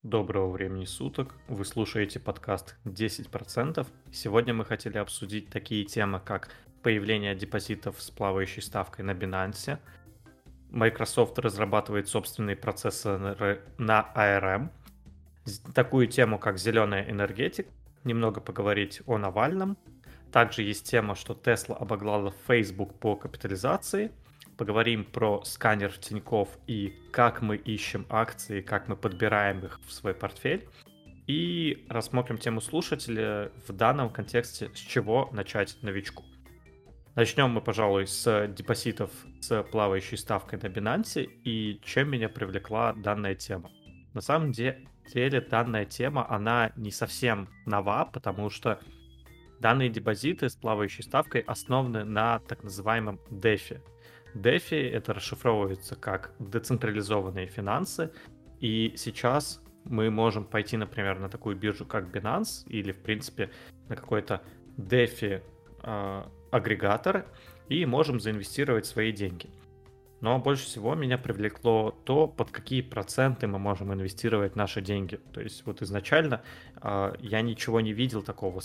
Доброго времени суток. Вы слушаете подкаст 10%. Сегодня мы хотели обсудить такие темы, как появление депозитов с плавающей ставкой на Binance. Microsoft разрабатывает собственные процессоры на ARM. Такую тему, как зеленая энергетика. Немного поговорить о Навальном. Также есть тема, что Tesla обогнала Facebook по капитализации. Поговорим про сканер Тинькофф и как мы ищем акции, как мы подбираем их в свой портфель. И рассмотрим тему слушателя в данном контексте, с чего начать новичку. Начнем мы, пожалуй, с депозитов с плавающей ставкой на Binance и чем меня привлекла данная тема. На самом деле данная тема, она не совсем нова, потому что данные депозиты с плавающей ставкой основаны на так называемом DeFi. DeFi это расшифровывается как децентрализованные финансы, и сейчас мы можем пойти, например, на такую биржу, как Binance, или, в принципе, на какой-то DeFi агрегатор, и можем заинвестировать свои деньги. Но больше всего меня привлекло то, под какие проценты мы можем инвестировать наши деньги. То есть вот изначально я ничего не видел такого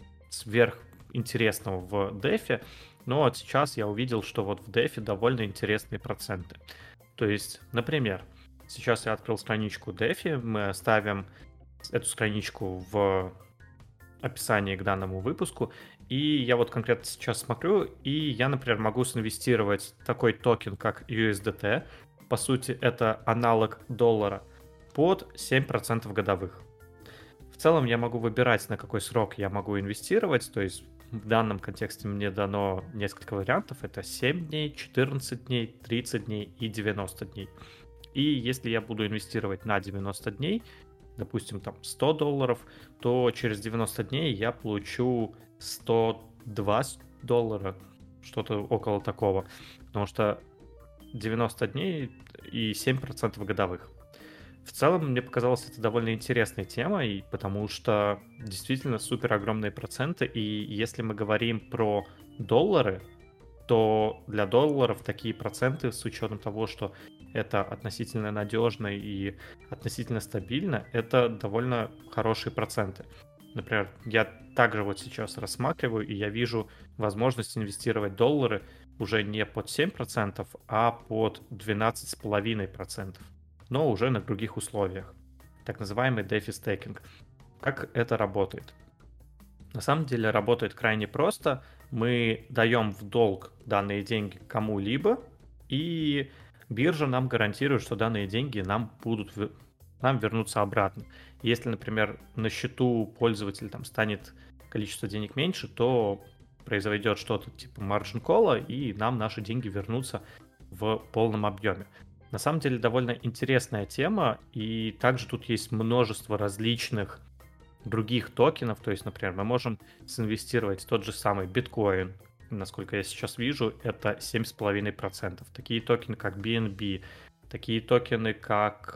сверхинтересного в DeFi, но вот сейчас я увидел, что вот в DeFi довольно интересные проценты. То есть, например, сейчас я открыл страничку DeFi, мы оставим эту страничку в описании к данному выпуску, и я вот конкретно сейчас смотрю, и я, например, могу инвестировать такой токен, как USDT, по сути, это аналог доллара, под 7% годовых. В целом я могу выбирать, на какой срок я могу инвестировать, то есть в данном контексте мне дано несколько вариантов. Это 7 дней, 14 дней, 30 дней и 90 дней. И если я буду инвестировать на 90 дней, допустим, там $100, то через 90 дней я получу $102, что-то около такого. Потому что 90 дней и 7% годовых. В целом, мне показалось это довольно интересной темой, потому что действительно супер огромные проценты, и если мы говорим про доллары, то для долларов такие проценты, с учетом того, что это относительно надежно и относительно стабильно, это довольно хорошие проценты. Например, я также вот сейчас рассматриваю, и я вижу возможность инвестировать доллары уже не под 7%, а под 12,5%, но уже на других условиях. Так называемый DeFi стейкинг. Как это работает? На самом деле работает крайне просто. Мы даем в долг данные деньги кому-либо, и биржа нам гарантирует, что данные деньги нам вернутся обратно. Если, например, на счету пользователя там станет количество денег меньше, то произойдет что-то типа margin call, и нам наши деньги вернутся в полном объеме. На самом деле довольно интересная тема, и также тут есть множество различных других токенов. То есть, например, мы можем инвестировать в тот же самый биткоин. Насколько я сейчас вижу, это 7,5%. Такие токены, как BNB, такие токены, как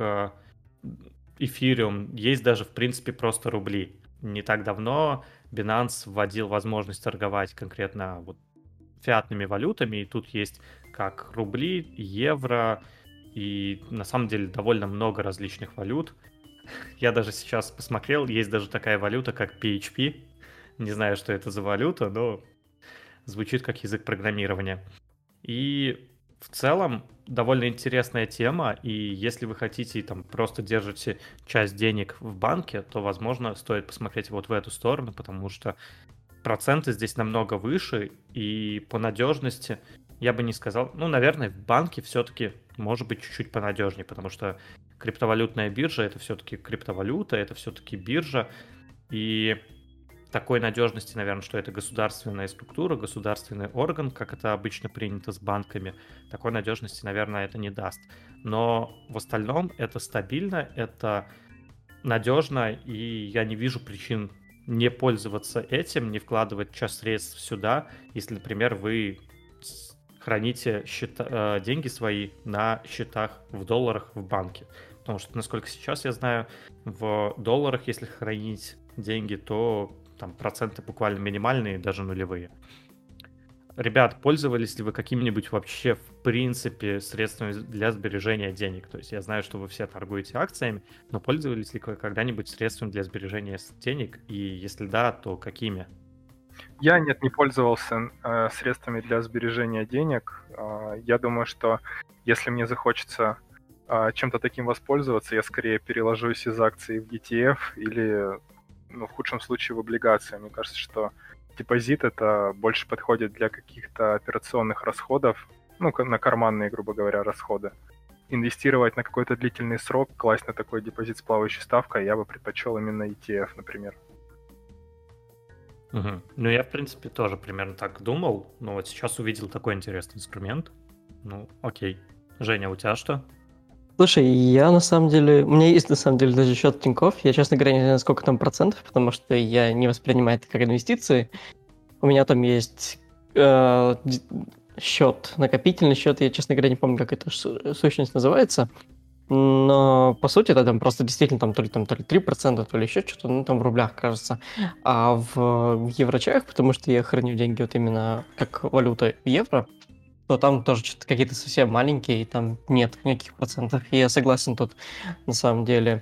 Ethereum. Есть даже, в принципе, просто рубли. Не так давно Binance вводил возможность торговать конкретно вот фиатными валютами, и тут есть как рубли, евро, и на самом деле довольно много различных валют. Я даже сейчас посмотрел, есть даже такая валюта, как PHP. Не знаю, что это за валюта, но звучит как язык программирования. И в целом довольно интересная тема, и если вы хотите там просто держите часть денег в банке, то, возможно, стоит посмотреть вот в эту сторону, потому что проценты здесь намного выше, и по надежности я бы не сказал. Ну, наверное, в банке все-таки может быть чуть-чуть понадежнее, потому что криптовалютная биржа — это все-таки криптовалюта, это все-таки биржа, и такой надежности, наверное, что это государственная структура, государственный орган, как это обычно принято с банками, такой надежности, наверное, это не даст. Но в остальном это стабильно, это надежно, и я не вижу причин не пользоваться этим, не вкладывать часть средств сюда, если, например, вы храните деньги свои на счетах в долларах в банке. Потому что, насколько сейчас я знаю, в долларах, если хранить деньги, то там проценты буквально минимальные, даже нулевые. ребят, пользовались ли вы какими-нибудь вообще, в принципе, средствами для сбережения денег? То есть я знаю, что вы все торгуете акциями, но пользовались ли вы когда-нибудь средствами для сбережения денег? И если да, то какими? Я нет, не пользовался средствами для сбережения денег. Я думаю, что если мне захочется чем-то таким воспользоваться, я скорее переложусь из акций в ETF или, ну, в худшем случае, в облигации. Мне кажется, что депозит это больше подходит для каких-то операционных расходов, ну, на карманные, грубо говоря, расходы. Инвестировать на какой-то длительный срок, класть на такой депозит с плавающей ставкой, я бы предпочел именно ETF, например. Мгм. Ну, я, в принципе, тоже примерно так думал, но вот сейчас увидел такой интересный инструмент. Ну, окей. Женя, у тебя что? Слушай, я на самом деле... У меня есть на самом деле даже счет Тинькофф. Я, честно говоря, не знаю, сколько там процентов, потому что я не воспринимаю это как инвестиции. У меня там есть счет, накопительный счет. Я, честно говоря, не помню, как эта сущность называется. Но, по сути, это там просто действительно то ли 3%, то ли еще что-то, ну, там в рублях, кажется. А в еврочаях, потому что я храню деньги вот именно как валюта евро, то там тоже что-то какие-то совсем маленькие, и там нет никаких процентов. И я согласен тут, на самом деле,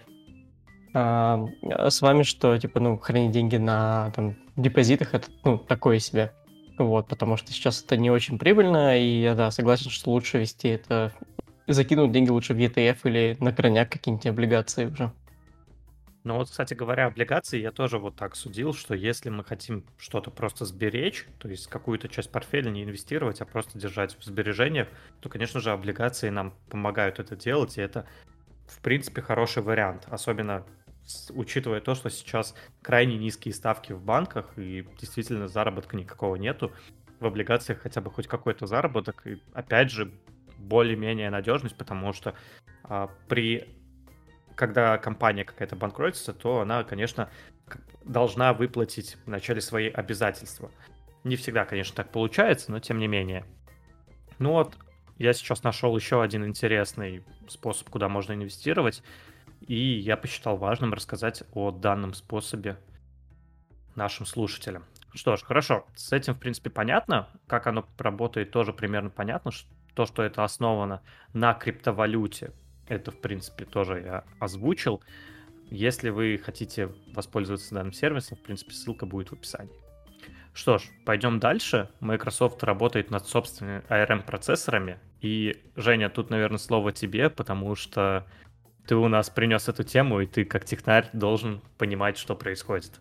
с вами, что, типа, ну, хранить деньги на там, депозитах, это, ну, такое себе. Вот, потому что сейчас это не очень прибыльно, и я, да, согласен, что лучше вести это, закинуть деньги лучше в ETF или на крайняк какие-нибудь облигации уже. Ну вот, кстати говоря, облигации я тоже вот так судил, что если мы хотим что-то просто сберечь, то есть какую-то часть портфеля не инвестировать, а просто держать в сбережениях, то, конечно же, облигации нам помогают это делать, и это, в принципе, хороший вариант, особенно учитывая то, что сейчас крайне низкие ставки в банках, и действительно заработка никакого нету, в облигациях хотя бы хоть какой-то заработок, и опять же, более-менее надежность, потому что при когда компания какая-то банкротится, то она, конечно, должна выплатить вначале свои обязательства. Не всегда, конечно, так получается, но тем не менее. Ну вот, я сейчас нашел еще один интересный способ, куда можно инвестировать, и я посчитал важным рассказать о данном способе нашим слушателям. Что ж, хорошо, с этим, в принципе, понятно, как оно работает, тоже примерно понятно, то, что это основано на криптовалюте, это, в принципе, тоже я озвучил. Если вы хотите воспользоваться данным сервисом, в принципе, ссылка будет в описании. Что ж, пойдем дальше. Microsoft работает над собственными ARM-процессорами. И, Женя, тут, наверное, слово тебе, потому что ты у нас принес эту тему, и ты, как технарь, должен понимать, что происходит.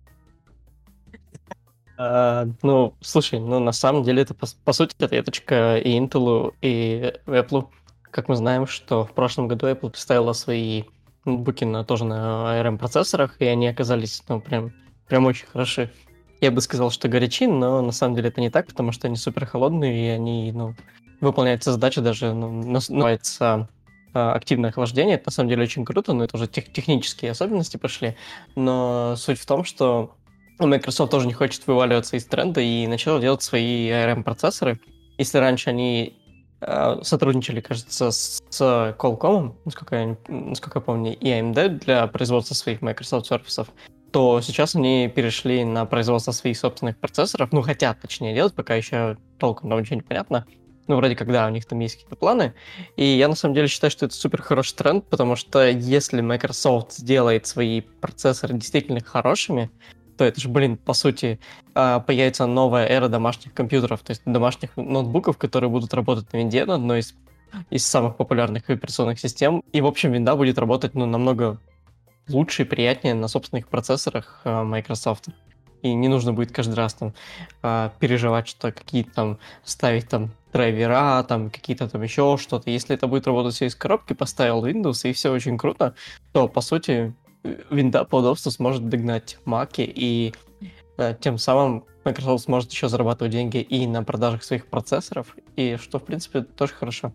Ну, слушай, ну, на самом деле, это, по сути, это веточка и Intel, и Apple. Как мы знаем, что в прошлом году Apple представила свои ноутбуки тоже на ARM-процессорах, и они оказались, ну, прям очень хороши. Я бы сказал, что горячи, но на самом деле это не так, потому что они супер холодные, и они, ну, выполняются задача даже, ну, называется активное охлаждение. Это на самом деле очень круто, но это уже технические особенности пошли. Но суть в том, что Microsoft тоже не хочет вываливаться из тренда и начала делать свои ARM-процессоры. Если раньше они сотрудничали, кажется, с Qualcomm, насколько я помню, и AMD для производства своих Microsoft сервисов, то сейчас они перешли на производство своих собственных процессоров, ну, хотят, точнее, делать, пока еще толком там ничего не понятно. Ну, вроде как, да, у них там есть какие-то планы. И я, на самом деле, считаю, что это супер хороший тренд, потому что если Microsoft сделает свои процессоры действительно хорошими, то это же, блин, по сути, появится новая эра домашних компьютеров, то есть домашних ноутбуков, которые будут работать на винде, на одной из самых популярных операционных систем. И, в общем, винда будет работать, ну, намного лучше и приятнее на собственных процессорах Microsoft. И не нужно будет каждый раз там переживать, что какие-то там ставить там драйвера, там какие-то там еще что-то. Если это будет работать все из коробки, поставил Windows, и все очень круто, то, по сути, винда по удобству сможет догнать маки, и тем самым Microsoft сможет еще зарабатывать деньги и на продажах своих процессоров, и что, в принципе, тоже хорошо.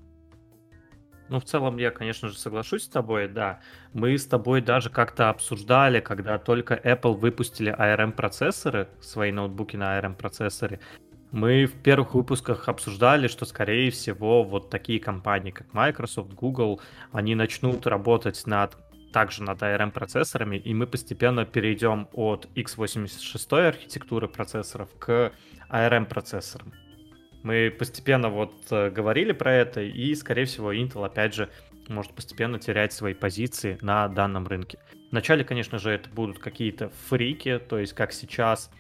Ну, в целом, я, конечно же, соглашусь с тобой, да. Мы с тобой даже как-то обсуждали, когда только Apple выпустили ARM-процессоры, свои ноутбуки на ARM-процессоре, мы в первых выпусках обсуждали, что, скорее всего, вот такие компании, как Microsoft, Google, они начнут работать также над ARM-процессорами, и мы постепенно перейдем от x86 архитектуры процессоров к ARM-процессорам. Мы постепенно говорили про это, и, скорее всего, Intel, опять же, может постепенно терять свои позиции на данном рынке. Вначале, конечно же, это будут какие-то фрики, то есть, как сейчас,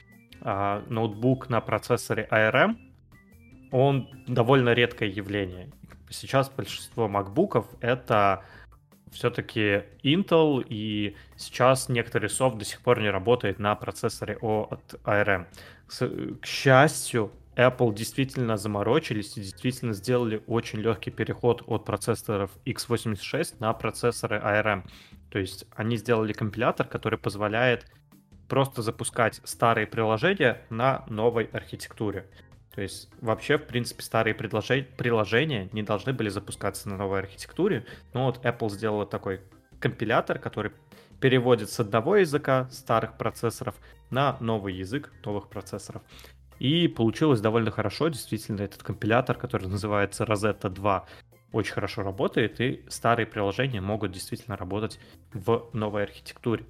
ноутбук на процессоре ARM, он довольно редкое явление. Сейчас большинство макбуков это все-таки Intel, и сейчас некоторый софт до сих пор не работает на процессоре от ARM. К счастью, Apple действительно заморочились и действительно сделали очень легкий переход от процессоров x86 на процессоры ARM. То есть они сделали компилятор, который позволяет просто запускать старые приложения на новой архитектуре. То есть вообще, в принципе, старые приложения не должны были запускаться на новой архитектуре, но вот Apple сделала такой компилятор, который переводит с одного языка старых процессоров на новый язык новых процессоров. И получилось довольно хорошо. Действительно, этот компилятор, который называется Rosetta 2, очень хорошо работает, и старые приложения могут действительно работать в новой архитектуре.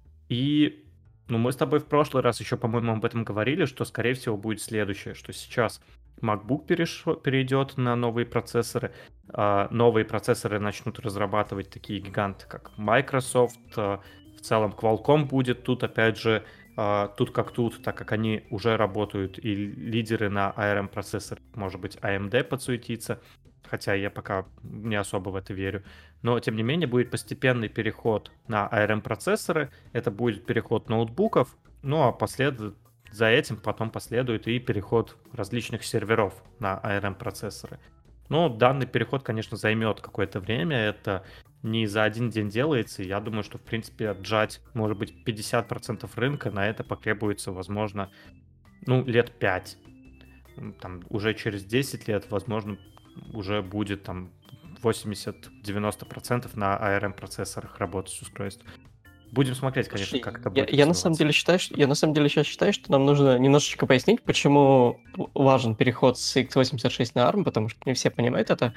И мы с тобой в прошлый раз еще, по-моему, об этом говорили, что, скорее всего, будет следующее, что сейчас MacBook перейдет на новые процессоры, новые процессоры начнут разрабатывать такие гиганты, как Microsoft, в целом Qualcomm будет тут, опять же, тут как тут, так как они уже работают, и лидеры на ARM-процессоры, может быть, AMD подсуетится, хотя я пока не особо в это верю. Но, тем не менее, будет постепенный переход на ARM-процессоры, это будет переход ноутбуков, ну а за этим потом последует и переход различных серверов на ARM-процессоры. Но данный переход, конечно, займет какое-то время, это не за один день делается, и я думаю, что, в принципе, отжать, может быть, 50% рынка, на это потребуется, возможно, лет 5. Там, уже через 10 лет, возможно, уже будет там 80-90% на ARM-процессорах работать устройств. Будем смотреть, конечно, как это будет. Я на самом деле сейчас считаю, что нам нужно немножечко пояснить, почему важен переход с x86 на ARM, потому что не все понимают это.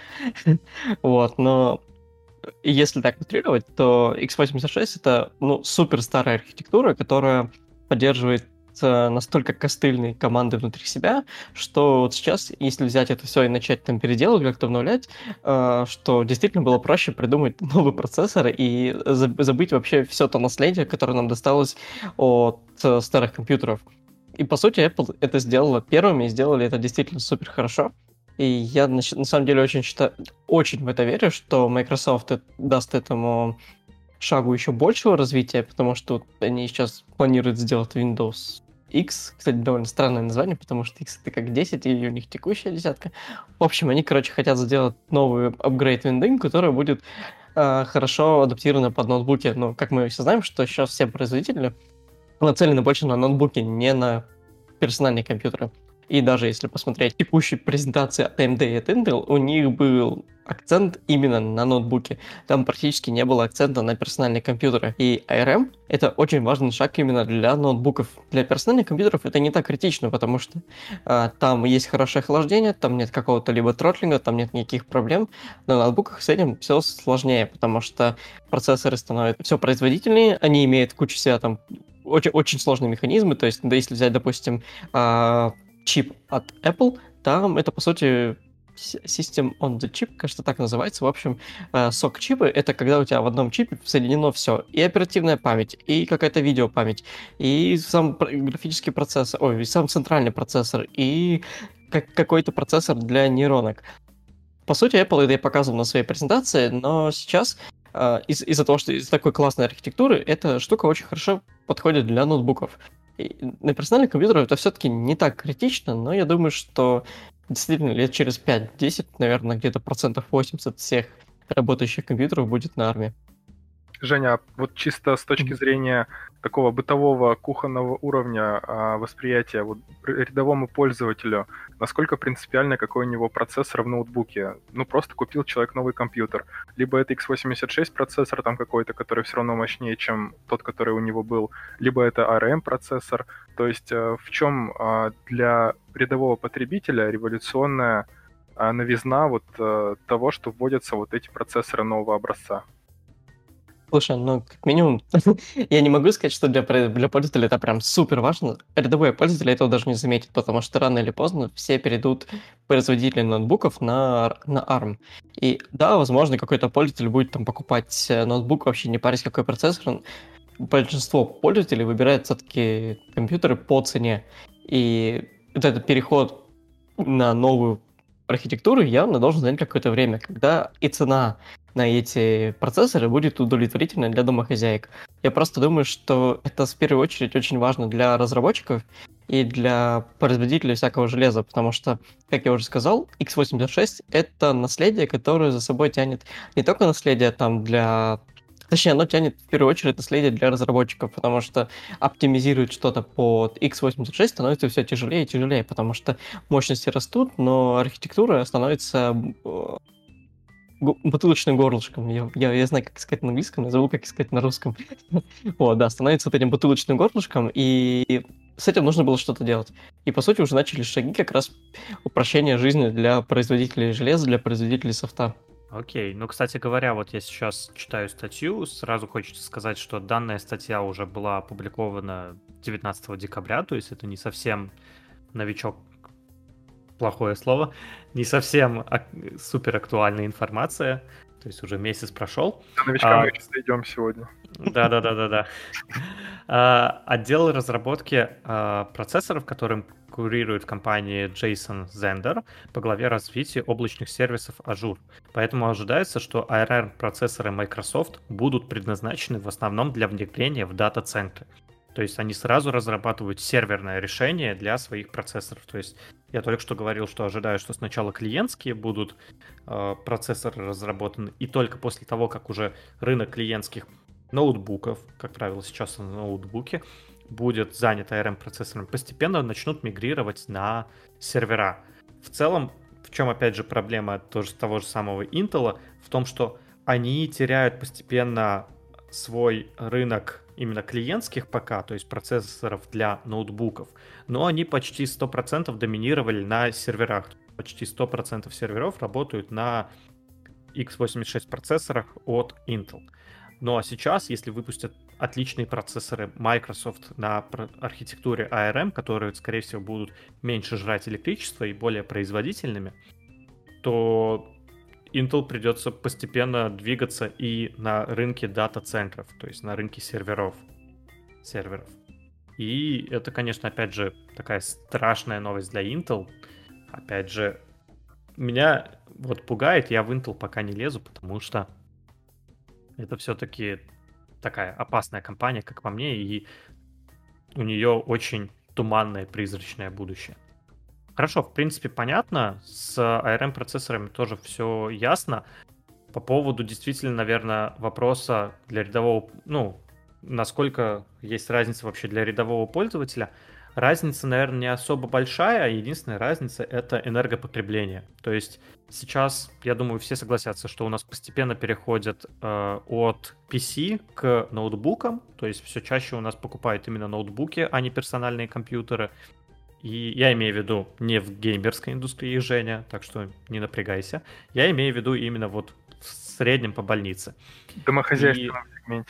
Вот, но если так утрировать, то x86 это супер старая архитектура, которая поддерживает настолько костыльные команды внутри себя, что вот сейчас, если взять это все и начать там переделывать, как-то обновлять, что действительно было проще придумать новый процессор и забыть вообще все то наследие, которое нам досталось от старых компьютеров. И, по сути, Apple это сделала первыми, и сделали это действительно супер хорошо. И я на самом деле очень в это верю, что Microsoft даст этому шагу еще большего развития, потому что они сейчас планируют сделать Windows X. Кстати, довольно странное название, потому что X это как 10, и у них текущая десятка. В общем, они, хотят сделать новый апгрейд Windows, который будет хорошо адаптирован под ноутбуки. Но, как мы все знаем, что сейчас все производители нацелены больше на ноутбуки, не на персональные компьютеры. И даже если посмотреть текущие презентации от AMD и от Intel, у них был акцент именно на ноутбуке. Там практически не было акцента на персональные компьютеры. И ARM — это очень важный шаг именно для ноутбуков. Для персональных компьютеров это не так критично, потому что там есть хорошее охлаждение, там нет какого-то либо тротлинга, там нет никаких проблем. На ноутбуках с этим все сложнее, потому что процессоры становятся все производительнее, они имеют кучу себя там очень, очень сложные механизмы. То есть, если взять, допустим, чип от Apple, там это, по сути, System on the Chip, кажется, так называется. В общем, SOC-чипы — это когда у тебя в одном чипе соединено все. И оперативная память, и какая-то видеопамять, и сам графический процессор, и сам центральный процессор, и какой-то процессор для нейронок. По сути, Apple это и показывал на своей презентации, но сейчас из-за того, что из такой классной архитектуры, эта штука очень хорошо подходит для ноутбуков. И на персональных компьютерах это все-таки не так критично, но я думаю, что действительно лет через 5-10, наверное, где-то 80% всех работающих компьютеров будет на ARM. Женя, вот чисто с точки зрения такого бытового кухонного уровня восприятия вот рядовому пользователю, насколько принципиально какой у него процессор в ноутбуке? Просто купил человек новый компьютер. Либо это x86 процессор там какой-то, который все равно мощнее, чем тот, который у него был, либо это ARM процессор. То есть в чем для рядового потребителя революционная новизна того, что вводятся вот эти процессоры нового образца? Слушай, ну, как минимум, я не могу сказать, что для пользователя это прям супер важно. Рядовые пользователи этого даже не заметят, потому что рано или поздно все перейдут производители ноутбуков на ARM. И да, возможно, какой-то пользователь будет там покупать ноутбук, вообще не парясь, какой процессор. Большинство пользователей выбирают все-таки компьютеры по цене. И вот этот переход на новую архитектуру явно должен занять какое-то время, когда и цена на эти процессоры будет удовлетворительной для домохозяек. Я просто думаю, что это в первую очередь очень важно для разработчиков и для производителей всякого железа, потому что, как я уже сказал, x86 — это наследие, которое за собой тянет не только наследие там для... Точнее, оно тянет в первую очередь наследие для разработчиков, потому что оптимизировать что-то под x86 становится все тяжелее и тяжелее, потому что мощности растут, но архитектура становится бутылочным горлышком. Я знаю, как сказать на английском, но забыл, как сказать на русском. Вот, да, становится вот этим бутылочным горлышком, и с этим нужно было что-то делать. И, по сути, уже начали шаги как раз упрощения жизни для производителей железа, для производителей софта. Окей, ну, кстати говоря, вот я сейчас читаю статью, сразу хочется сказать, что данная статья уже была опубликована 19 декабря, то есть это не совсем новичок, плохое слово, не совсем супер актуальная информация, то есть уже месяц прошел. До новичка мы сейчас дойдем сегодня. Да. Отдел разработки процессоров, которым курирует компания Джейсон Зендер, по главе развития облачных сервисов Azure. Поэтому ожидается, что ARM-процессоры Microsoft будут предназначены в основном для внедрения в дата-центры. То есть они сразу разрабатывают серверное решение для своих процессоров. То есть я только что говорил, что ожидаю, что сначала клиентские будут процессоры разработаны, и только после того, как уже рынок клиентских ноутбуков, как правило, сейчас ноутбуки, будет занят ARM-процессором, постепенно начнут мигрировать на сервера. В целом, в чем, опять же, проблема того же самого Intel, в том, что они теряют постепенно свой рынок именно клиентских ПК, то есть процессоров для ноутбуков, но они почти 100% доминировали на серверах. Почти 100% серверов работают на x86 процессорах от Intel. Ну а сейчас, если выпустят отличные процессоры Microsoft на архитектуре ARM, которые, скорее всего, будут меньше жрать электричество и более производительными, то Intel придется постепенно двигаться и на рынке дата-центров, то есть на рынке серверов. И это, конечно, опять же, такая страшная новость для Intel. Опять же, меня вот пугает, я в Intel пока не лезу, потому что это все-таки такая опасная компания, как по мне, и у нее очень туманное призрачное будущее. Хорошо, в принципе, понятно. С ARM-процессорами тоже все ясно. По поводу действительно, наверное, вопроса для рядового, насколько есть разница вообще для рядового пользователя. Разница, наверное, не особо большая. Единственная разница — это энергопотребление. То есть сейчас, я думаю, все согласятся, что у нас постепенно переходят от PC к ноутбукам. То есть все чаще у нас покупают именно ноутбуки, а не персональные компьютеры. И я имею в виду не в геймерской индустрии, Женя, так что не напрягайся. Я имею в виду именно вот в среднем по больнице. В домохозяйственном сегменте.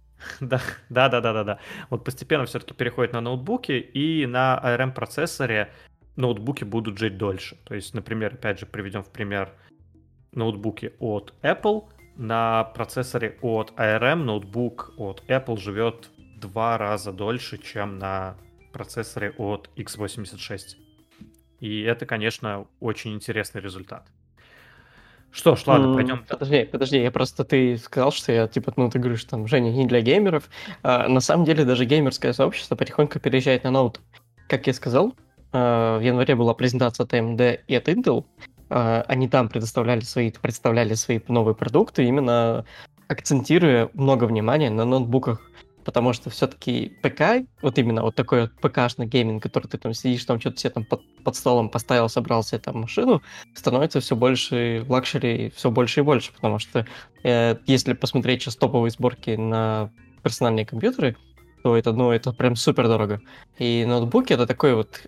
Да. Вот постепенно все-таки переходит на ноутбуки, и на ARM-процессоре ноутбуки будут жить дольше. То есть, например, опять же, приведем в пример ноутбуки от Apple. На процессоре от ARM ноутбук от Apple живет в 2 раза дольше, чем на процессоре от x86. И это, конечно, очень интересный результат. Что ж, ладно, пойдем. Подожди, ты сказал, что ты говоришь, там, Женя, не для геймеров. На самом деле, даже геймерское сообщество потихоньку переезжает на ноут. Как я сказал, в январе была презентация от AMD и от Intel. Они там представляли свои новые продукты, именно акцентируя много внимания на ноутбуках. Потому что все-таки ПК, вот именно вот такой вот ПК-шный гейминг, который ты там сидишь, там что-то себе там под столом поставил, собрал себе там машину, становится все больше лакшери, все больше и больше. Потому что если посмотреть сейчас топовые сборки на персональные компьютеры, то это прям супер дорого. И ноутбуки — это такой вот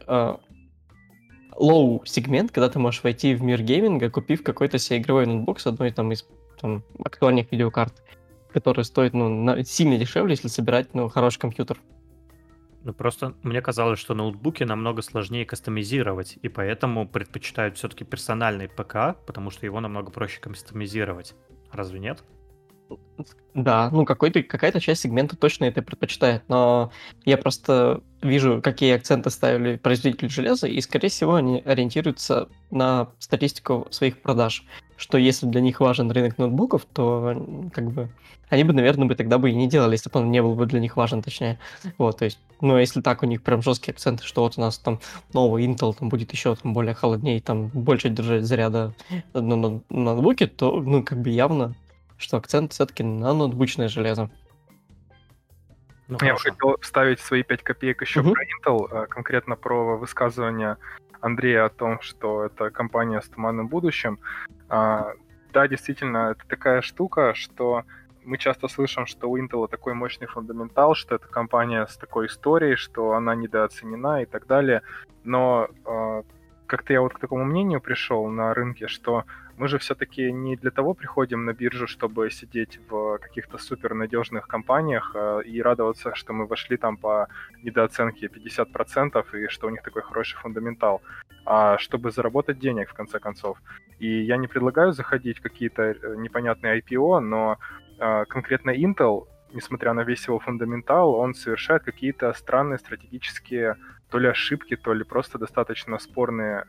лоу-сегмент, когда ты можешь войти в мир гейминга, купив какой-то себе игровой ноутбук с одной там из актуальных видеокарт. который стоит сильно дешевле, если собирать хороший компьютер. Ну, просто мне казалось, что ноутбуки намного сложнее кастомизировать, и поэтому предпочитают все-таки персональный ПК, потому что его намного проще кастомизировать. Разве нет? Да, какая-то часть сегмента точно это предпочитает, но я просто вижу, какие акценты ставили производители железа, и, скорее всего, они ориентируются на статистику своих продаж, что если для них важен рынок ноутбуков, то они бы, наверное, тогда бы и не делали, если бы он не был бы для них важен, точнее. Вот, то есть, если так у них прям жесткие акценты, что вот у нас там новый Intel там будет еще там более холоднее, там больше держать заряда на ноутбуке, то, явно что акцент все-таки на ноутбучное железо. Я бы хотел вставить свои 5 копеек еще про Intel, конкретно про высказывание Андрея о том, что это компания с туманным будущим. Да, действительно, это такая штука, что мы часто слышим, что у Intel такой мощный фундаментал, что это компания с такой историей, что она недооценена и так далее. Но как-то я вот к такому мнению пришел на рынке, что мы же все-таки не для того приходим на биржу, чтобы сидеть в каких-то супернадежных компаниях и радоваться, что мы вошли там по недооценке 50% и что у них такой хороший фундаментал, а чтобы заработать денег в конце концов. И я не предлагаю заходить в какие-то непонятные IPO, но конкретно Intel, несмотря на весь его фундаментал, он совершает какие-то странные стратегические то ли ошибки, то ли просто достаточно спорные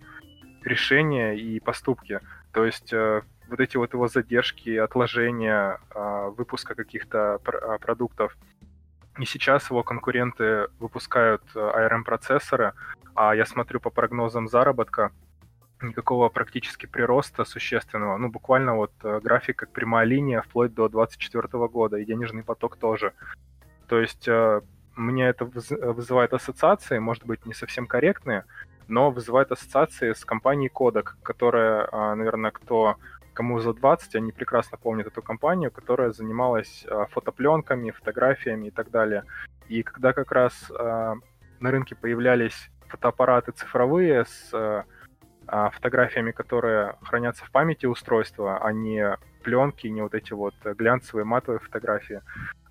решения и поступки. То есть вот эти вот его задержки, отложения выпуска каких-то продуктов. И сейчас его конкуренты выпускают ARM-процессоры, а я смотрю по прогнозам заработка, никакого практически прироста существенного. Буквально вот график как прямая линия вплоть до 2024 года, и денежный поток тоже. То есть мне это вызывает ассоциации, может быть, не совсем корректные, но вызывает ассоциации с компанией Kodak, которая, наверное, кому за 20, они прекрасно помнят эту компанию, которая занималась фотопленками, фотографиями и так далее. И когда как раз на рынке появлялись фотоаппараты цифровые с фотографиями, которые хранятся в памяти устройства, а не пленки, не вот эти вот глянцевые матовые фотографии,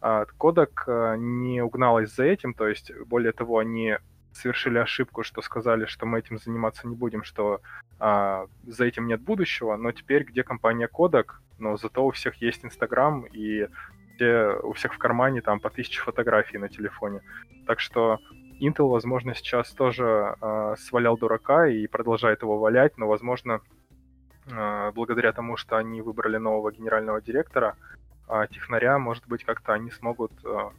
Kodak не угналась за этим, то есть, более того, они совершили ошибку, что сказали, что мы этим заниматься не будем, что за этим нет будущего, но теперь где компания Kodak, но зато у всех есть Instagram, и у всех в кармане там по 1000 фотографий на телефоне. Так что Intel, возможно, сейчас тоже свалял дурака и продолжает его валять, но, возможно, благодаря тому, что они выбрали нового генерального директора, технаря, может быть, как-то они смогут,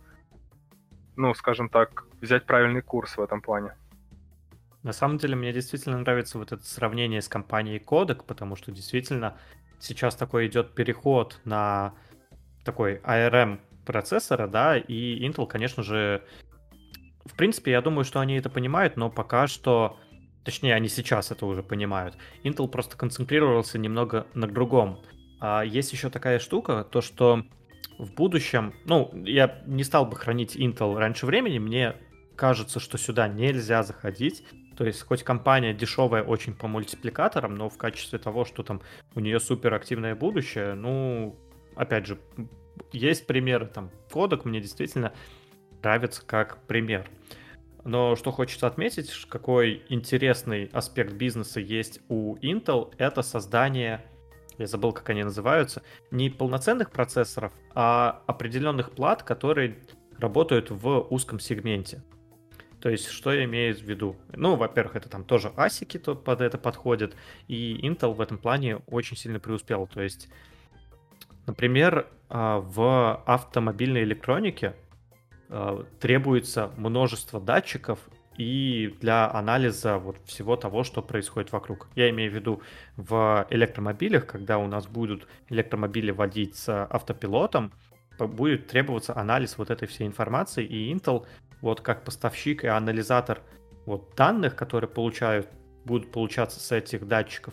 скажем так, взять правильный курс в этом плане. На самом деле, мне действительно нравится вот это сравнение с компанией Kodak, потому что действительно сейчас такой идет переход на такой ARM процессора, да, и Intel, конечно же, в принципе, я думаю, что они это понимают, но пока что, точнее, они сейчас это уже понимают. Intel просто концентрировался немного на другом. А есть еще такая штука, то что в будущем, я не стал бы хранить Intel раньше времени, мне кажется, что сюда нельзя заходить. То есть, хоть компания дешевая очень по мультипликаторам, но в качестве того, что там у нее суперактивное будущее, опять же, есть примеры, там, Kodak мне действительно нравится как пример. Но что хочется отметить, какой интересный аспект бизнеса есть у Intel, это создание, я забыл, как они называются, не полноценных процессоров, а определенных плат, которые работают в узком сегменте. То есть, что я имею в виду? Во-первых, это там тоже ASIC под это подходит, и Intel в этом плане очень сильно преуспел. То есть, например, в автомобильной электронике требуется множество датчиков и для анализа вот всего того, что происходит вокруг. Я имею в виду в электромобилях, когда у нас будут электромобили водить с автопилотом, будет требоваться анализ вот этой всей информации, и Intel вот как поставщик и анализатор вот данных, которые будут получаться с этих датчиков,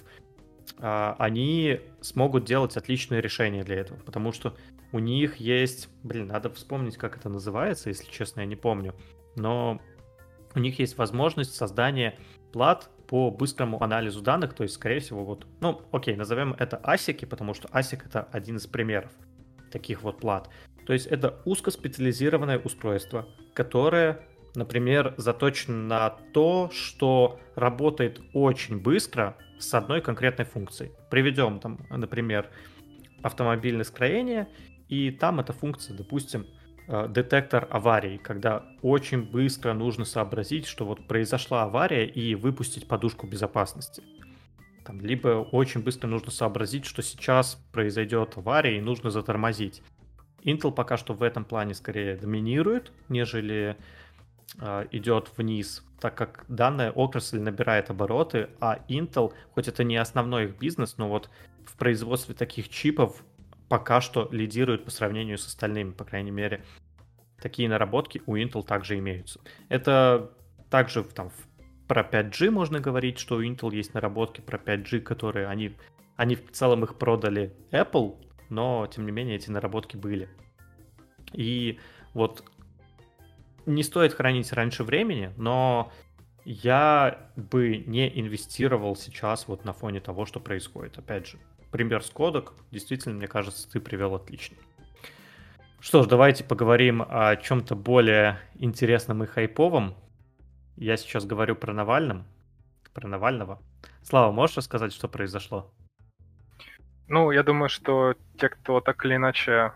они смогут делать отличные решения для этого, потому что у них есть, надо вспомнить, как это называется, если честно, я не помню, но у них есть возможность создания плат по быстрому анализу данных, то есть, скорее всего, назовем это ASIC, потому что ASIC — это один из примеров таких вот плат. То есть это узкоспециализированное устройство, которое, например, заточено на то, что работает очень быстро с одной конкретной функцией. Приведем там, например, автомобильное строение, и там эта функция, допустим, детектор аварий, когда очень быстро нужно сообразить, что вот произошла авария, и выпустить подушку безопасности. Там, либо очень быстро нужно сообразить, что сейчас произойдет авария и нужно затормозить. Intel пока что в этом плане скорее доминирует, нежели идет вниз, так как данная отрасль набирает обороты, а Intel, хоть это не основной их бизнес, но вот в производстве таких чипов пока что лидирует по сравнению с остальными, по крайней мере. Такие наработки у Intel также имеются. Это также там про 5G можно говорить, что у Intel есть наработки про 5G, которые они в целом их продали Apple, но тем не менее эти наработки были. И вот не стоит хранить раньше времени, но я бы не инвестировал сейчас вот на фоне того, что происходит. Опять же, пример с кодек, действительно, мне кажется, ты привел отличный. Что ж, давайте поговорим о чем-то более интересном и хайповом. Я сейчас говорю про Навального. Слава, можешь рассказать, что произошло? Ну, я думаю, что те, кто так или иначе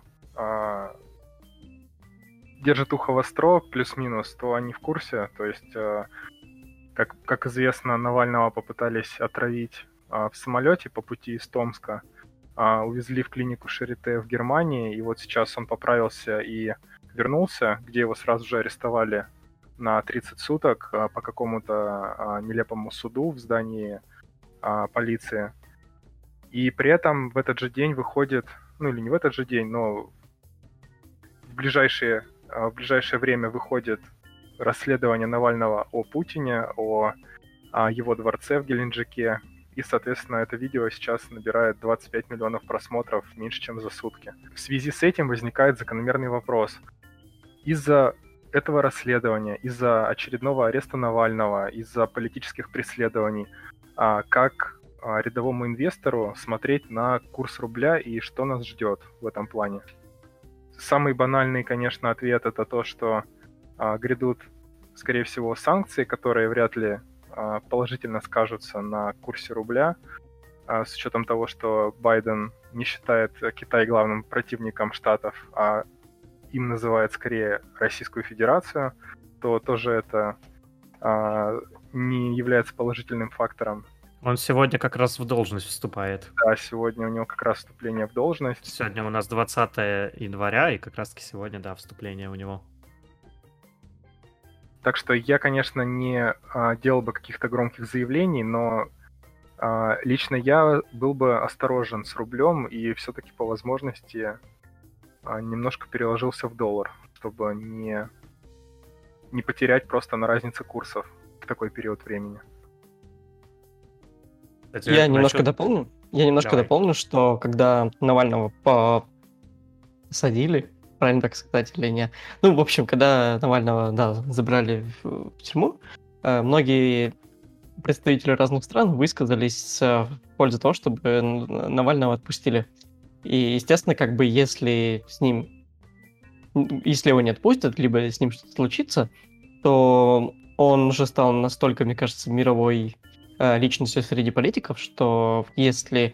держит ухо востро, плюс-минус, то они в курсе. То есть, как известно, Навального попытались отравить в самолете по пути из Томска. Увезли в клинику Шарите в Германии, и вот сейчас он поправился и вернулся, где его сразу же арестовали на 30 суток по какому-то нелепому суду в здании полиции. И при этом в этот же день выходит, ну или не в этот же день, но в ближайшее время выходит расследование Навального о Путине, о его дворце в Геленджике. И, соответственно, это видео сейчас набирает 25 миллионов просмотров меньше, чем за сутки. В связи с этим возникает закономерный вопрос. Из-за этого расследования, из-за очередного ареста Навального, из-за политических преследований, как рядовому инвестору смотреть на курс рубля и что нас ждет в этом плане? Самый банальный, конечно, ответ — это то, что грядут, скорее всего, санкции, которые вряд ли положительно скажутся на курсе рубля, с учетом того, что Байден не считает Китай главным противником Штатов, а им называет скорее Российскую Федерацию, то тоже это не является положительным фактором. Он сегодня как раз в должность вступает. Да, сегодня у него как раз вступление в должность. Сегодня у нас 20 января, и как раз-таки сегодня, да, вступление у него. Так что я, конечно, не делал бы каких-то громких заявлений, но лично я был бы осторожен с рублем и все-таки по возможности немножко переложился в доллар, чтобы не потерять просто на разнице курсов в такой период времени. Кстати, Я немножко дополню. Давай. Дополню, что когда Навального посадили, правильно так сказать или нет? Ну, в общем, когда Навального, да, забрали в тюрьму, многие представители разных стран высказались в пользу того, чтобы Навального отпустили. И, естественно, как бы если его не отпустят, либо с ним что-то случится, то он уже стал настолько, мне кажется, мировой личностью среди политиков, что если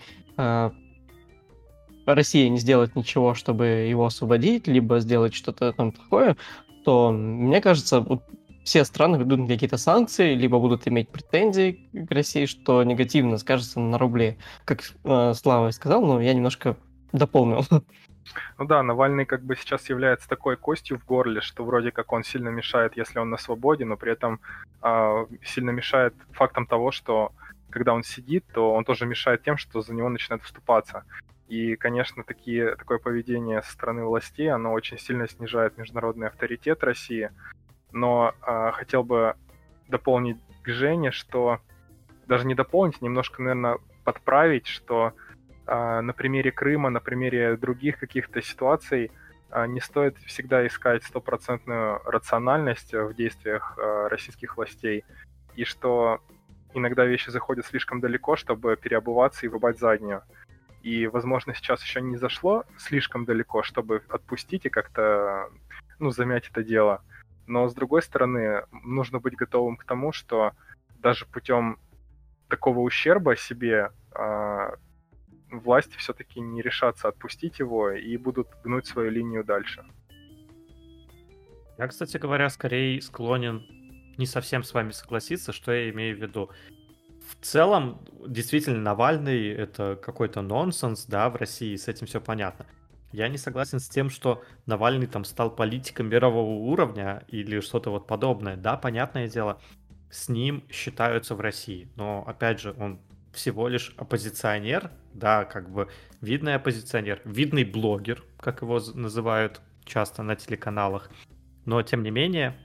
Россия не сделает ничего, чтобы его освободить, либо сделать что-то там такое, то, мне кажется, вот все страны ведут на какие-то санкции, либо будут иметь претензии к России, что негативно скажется на рубле. Как Слава сказал, но я немножко дополнил. Ну да, Навальный как бы сейчас является такой костью в горле, что вроде как он сильно мешает, если он на свободе, но при этом сильно мешает фактом того, что когда он сидит, то он тоже мешает тем, что за него начинают вступаться. И, конечно, такое поведение со стороны властей, оно очень сильно снижает международный авторитет России. Но хотел бы дополнить к Жене, что даже не дополнить, немножко, наверное, подправить, что на примере Крыма, на примере других каких-то ситуаций не стоит всегда искать стопроцентную рациональность в действиях российских властей, и что иногда вещи заходят слишком далеко, чтобы переобуваться и врубать заднюю. И, возможно, сейчас еще не зашло слишком далеко, чтобы отпустить и как-то, замять это дело. Но, с другой стороны, нужно быть готовым к тому, что даже путем такого ущерба себе власти все-таки не решатся отпустить его и будут гнуть свою линию дальше. Я, кстати говоря, скорее склонен не совсем с вами согласиться, что я имею в виду. В целом, действительно, Навальный — это какой-то нонсенс, да, в России, с этим все понятно. Я не согласен с тем, что Навальный там стал политиком мирового уровня или что-то вот подобное. Да, понятное дело, с ним считаются в России, но, опять же, он всего лишь оппозиционер, да, как бы видный оппозиционер, видный блогер, как его называют часто на телеканалах, но, тем не менее,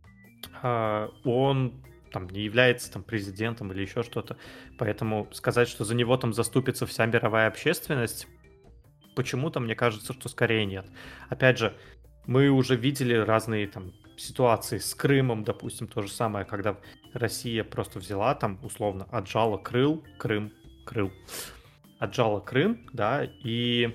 он там не является там президентом или еще что-то, поэтому сказать, что за него там заступится вся мировая общественность, почему-то мне кажется, что скорее нет. Опять же, мы уже видели разные там ситуации с Крымом, допустим, то же самое, когда Россия просто взяла там, условно, отжала Крым, отжала Крым, да, и,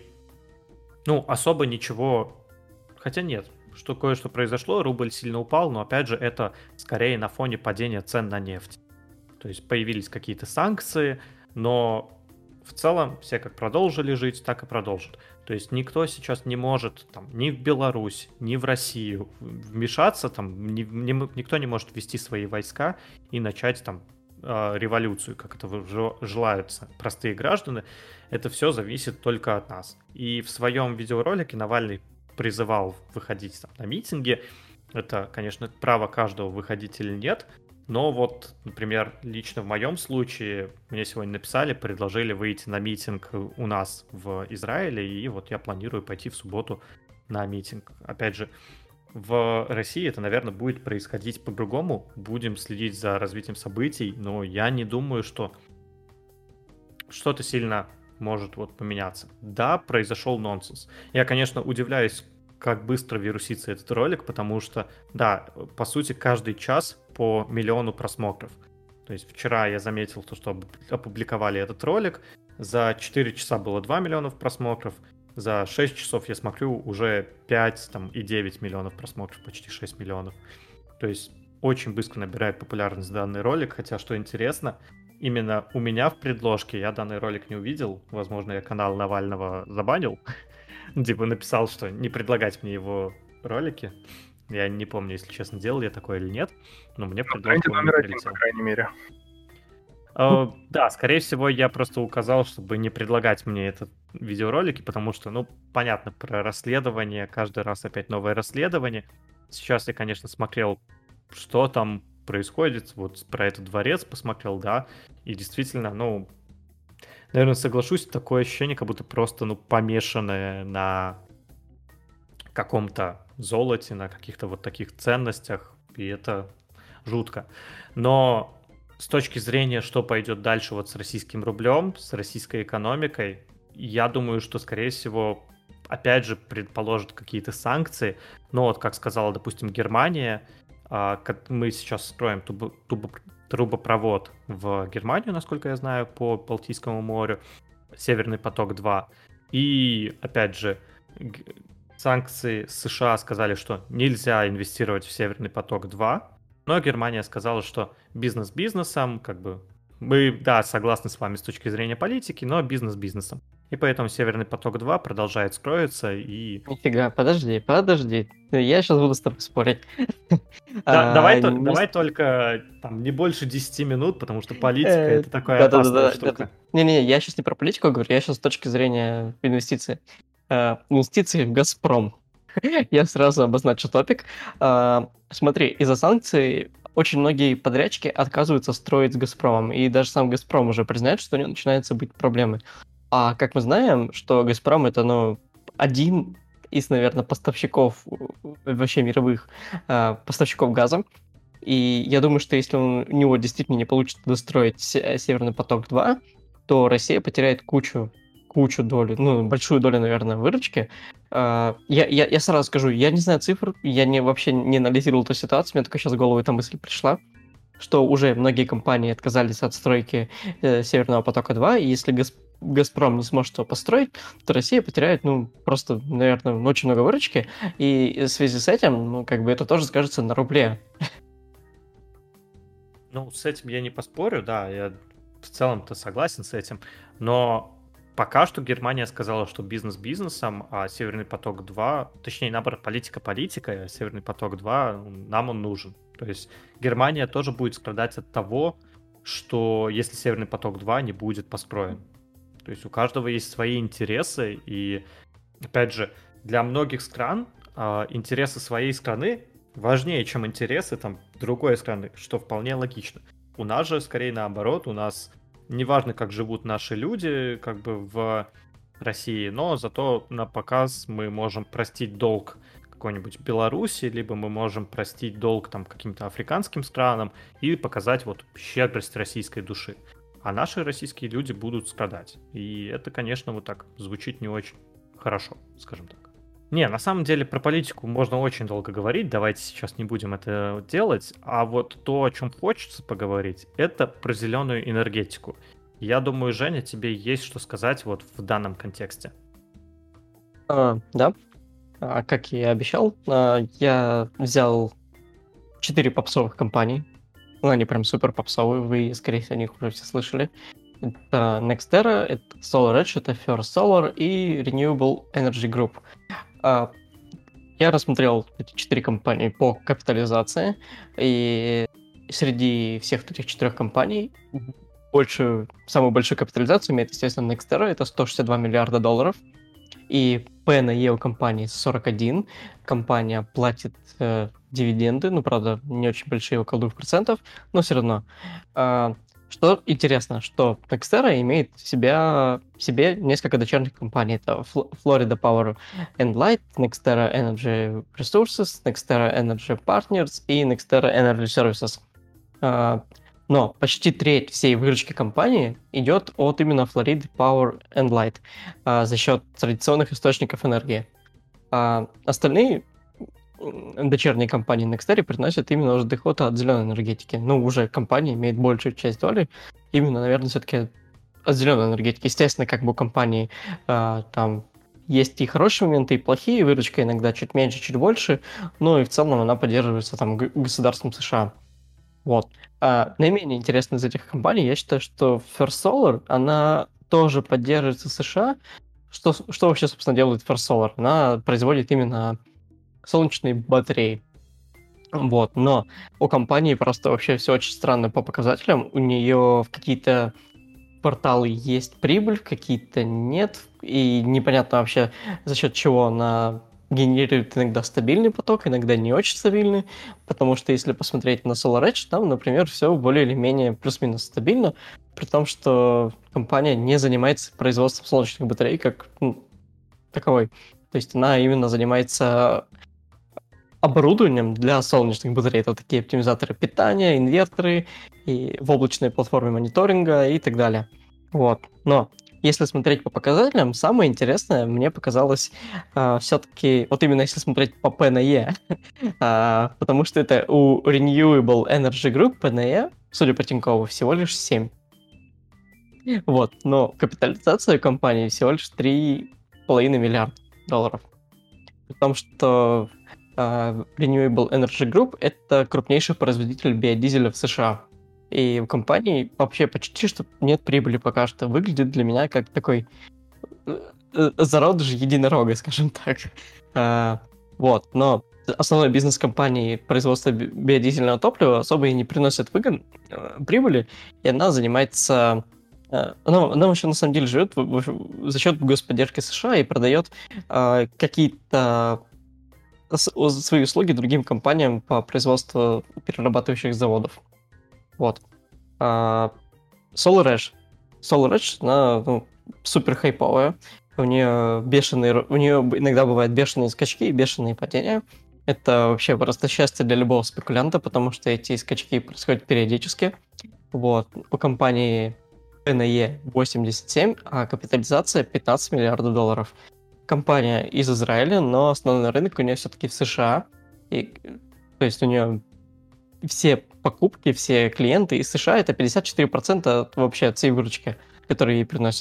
особо ничего, хотя нет, что кое-что произошло, рубль сильно упал, но, опять же, это скорее на фоне падения цен на нефть. То есть появились какие-то санкции, но в целом все как продолжили жить, так и продолжат. То есть никто сейчас не может там, ни в Беларусь, ни в Россию вмешаться, там, никто не может ввести свои войска и начать там революцию, как это желают простые граждане. Это все зависит только от нас. И в своем видеоролике Навальный призывал выходить там, на митинги. Это, конечно, право каждого выходить или нет. Но вот, например, лично в моем случае мне сегодня написали, предложили выйти на митинг у нас в Израиле, и вот я планирую пойти в субботу на митинг. Опять же, в России это, наверное, будет происходить по-другому. Будем следить за развитием событий, но я не думаю, что что-то сильно может вот поменяться. Да, произошел нонсенс. Я, конечно, удивляюсь, как быстро вирусится этот ролик, потому что, да, по сути, каждый час по 1 миллиону просмотров. То есть вчера я заметил то, что опубликовали этот ролик, за 4 часа было 2 миллионов просмотров, за 6 часов, я смотрю, уже 5,9 миллионов просмотров, почти 6 миллионов. То есть очень быстро набирает популярность данный ролик, хотя, что интересно, именно у меня в предложке я данный ролик не увидел, возможно, я канал Навального забанил, типа написал, что не предлагать мне его ролики. Я не помню, если честно, делал я такое или нет, но мне предложка он не прилетел. По крайней мере. Да, скорее всего, я просто указал, чтобы не предлагать мне этот видеоролики, потому что, понятно, про расследование, каждый раз опять новое расследование. Сейчас я, конечно, смотрел, что там происходит, вот про этот дворец посмотрел, да, и действительно, наверное, соглашусь, такое ощущение, как будто просто, помешанное на каком-то золоте, на каких-то вот таких ценностях, и это жутко. Но с точки зрения, что пойдет дальше вот с российским рублем, с российской экономикой, я думаю, что, скорее всего, опять же, предположат какие-то санкции. Но вот, как сказала, допустим, Германия, мы сейчас строим трубопровод в Германию, насколько я знаю, по Балтийскому морю, Северный поток-2. И, опять же, санкции США сказали, что нельзя инвестировать в Северный поток-2, но Германия сказала, что бизнес бизнесом, как бы, мы, да, согласны с вами с точки зрения политики, но бизнес бизнесом. И поэтому Северный поток-2 продолжает строиться и... Нифига, подожди, я сейчас буду с тобой спорить. Давай только там не больше 10 минут, потому что политика — это такая опасная штука. Не-не, я сейчас не про политику говорю, я сейчас с точки зрения инвестиций. Инвестиции в «Газпром». Я сразу обозначу топик. Смотри, из-за санкций очень многие подрядчики отказываются строить с «Газпромом», и даже сам «Газпром» уже признает, что у него начинаются быть проблемы. А как мы знаем, что «Газпром» — это, один из, наверное, поставщиков, вообще мировых поставщиков газа. И я думаю, что если у него действительно не получится достроить «Северный поток-2», то Россия потеряет кучу долю, большую долю, наверное, выручки. Я сразу скажу, я не знаю цифр, я вообще не анализировал эту ситуацию, мне только сейчас в голову эта мысль пришла, что уже многие компании отказались от стройки Северного потока-2, и если Газпром не сможет его построить, то Россия потеряет, просто, наверное, очень много выручки, и в связи с этим, это тоже скажется на рубле. Ну, с этим я не поспорю, да, я в целом-то согласен с этим, но пока что Германия сказала, что бизнес бизнесом, а Северный поток-2, точнее, наоборот, политика политикой, а Северный поток-2, нам он нужен. То есть Германия тоже будет страдать от того, что если Северный поток-2 не будет построен. То есть у каждого есть свои интересы, и, опять же, для многих стран интересы своей страны важнее, чем интересы другой страны, что вполне логично. У нас же скорее наоборот, у нас неважно, как живут наши люди, в России, но зато на показ мы можем простить долг какой-нибудь Беларуси, либо мы можем простить долг каким-то африканским странам и показать щедрость российской души. А наши российские люди будут страдать. И это, конечно, так звучит не очень хорошо, скажем так. Не, на самом деле про политику можно очень долго говорить, давайте сейчас не будем это делать. А то, о чем хочется поговорить, это про зеленую энергетику. Я думаю, Женя, тебе есть что сказать в данном контексте. Да. Как я и обещал, я взял 4 попсовых компании. Они прям супер попсовые, вы, скорее всего, о них уже все слышали. Это NextEra, это SolarEdge, это First Solar и Renewable Energy Group. Я рассмотрел эти 4 компании по капитализации, и среди всех этих 4 компаний самую большую капитализацию имеет, естественно, NextEra, это $162 миллиарда. И P на E у компании 41. Компания платит дивиденды, правда, не очень большие, около 2%, но все равно. Что интересно, что NextEra имеет в себе несколько дочерних компаний. Это Florida Power and Light, NextEra Energy Resources, NextEra Energy Partners и NextEra Energy Services. Но почти треть всей выручки компании идет от именно Florida Power and Light за счет традиционных источников энергии. Остальные дочерние компании NextEra приносят именно уже доход от зеленой энергетики. Уже компания имеет большую часть доли именно, наверное, все-таки от зеленой энергетики. Естественно, у компании есть и хорошие моменты, и плохие. Выручка иногда чуть меньше, чуть больше, но и в целом она поддерживается государством США. Наименее интересная из этих компаний, я считаю, что First Solar, она тоже поддерживается США. Что вообще, собственно, делает First Solar? Она производит именно солнечные батареи. Но у компании просто вообще все очень странно по показателям. У нее в какие-то кварталы есть прибыль, какие-то нет. И непонятно вообще, за счет чего она генерирует иногда стабильный поток, иногда не очень стабильный, потому что если посмотреть на SolarEdge, там, например, все более или менее плюс-минус стабильно, при том, что компания не занимается производством солнечных батарей как таковой. То есть она именно занимается оборудованием для солнечных батарей. Это такие оптимизаторы питания, инверторы, и в облачной платформе мониторинга и так далее. Но если смотреть по показателям, самое интересное мне показалось все-таки, именно если смотреть по P на E, потому что это у Renewable Energy Group P на E, судя по Тинькову, всего лишь 7. Но капитализация компании всего лишь $3,5 миллиарда. При том, что Renewable Energy Group — это крупнейший производитель биодизеля в США. И у компании вообще почти что нет прибыли пока что. Выглядит для меня как такой зародыш единорога, скажем так. Но основной бизнес компании производства биодизельного топлива особо и не приносит прибыли, и она занимается... Она вообще на самом деле живет за счет господдержки США и продает какие-то свои услуги другим компаниям по производству перерабатывающих заводов. SolarEdge, она супер хайповая. У нее иногда бывают бешеные скачки и бешеные падения. Это вообще просто счастье для любого спекулянта, потому что эти скачки происходят периодически. У компании PNE 87, а капитализация $15 миллиардов. Компания из Израиля, но основной рынок у нее все-таки в США. То есть у нее все покупки, все клиенты из США — это 54% вообще от всей выручки, которые ей приносят.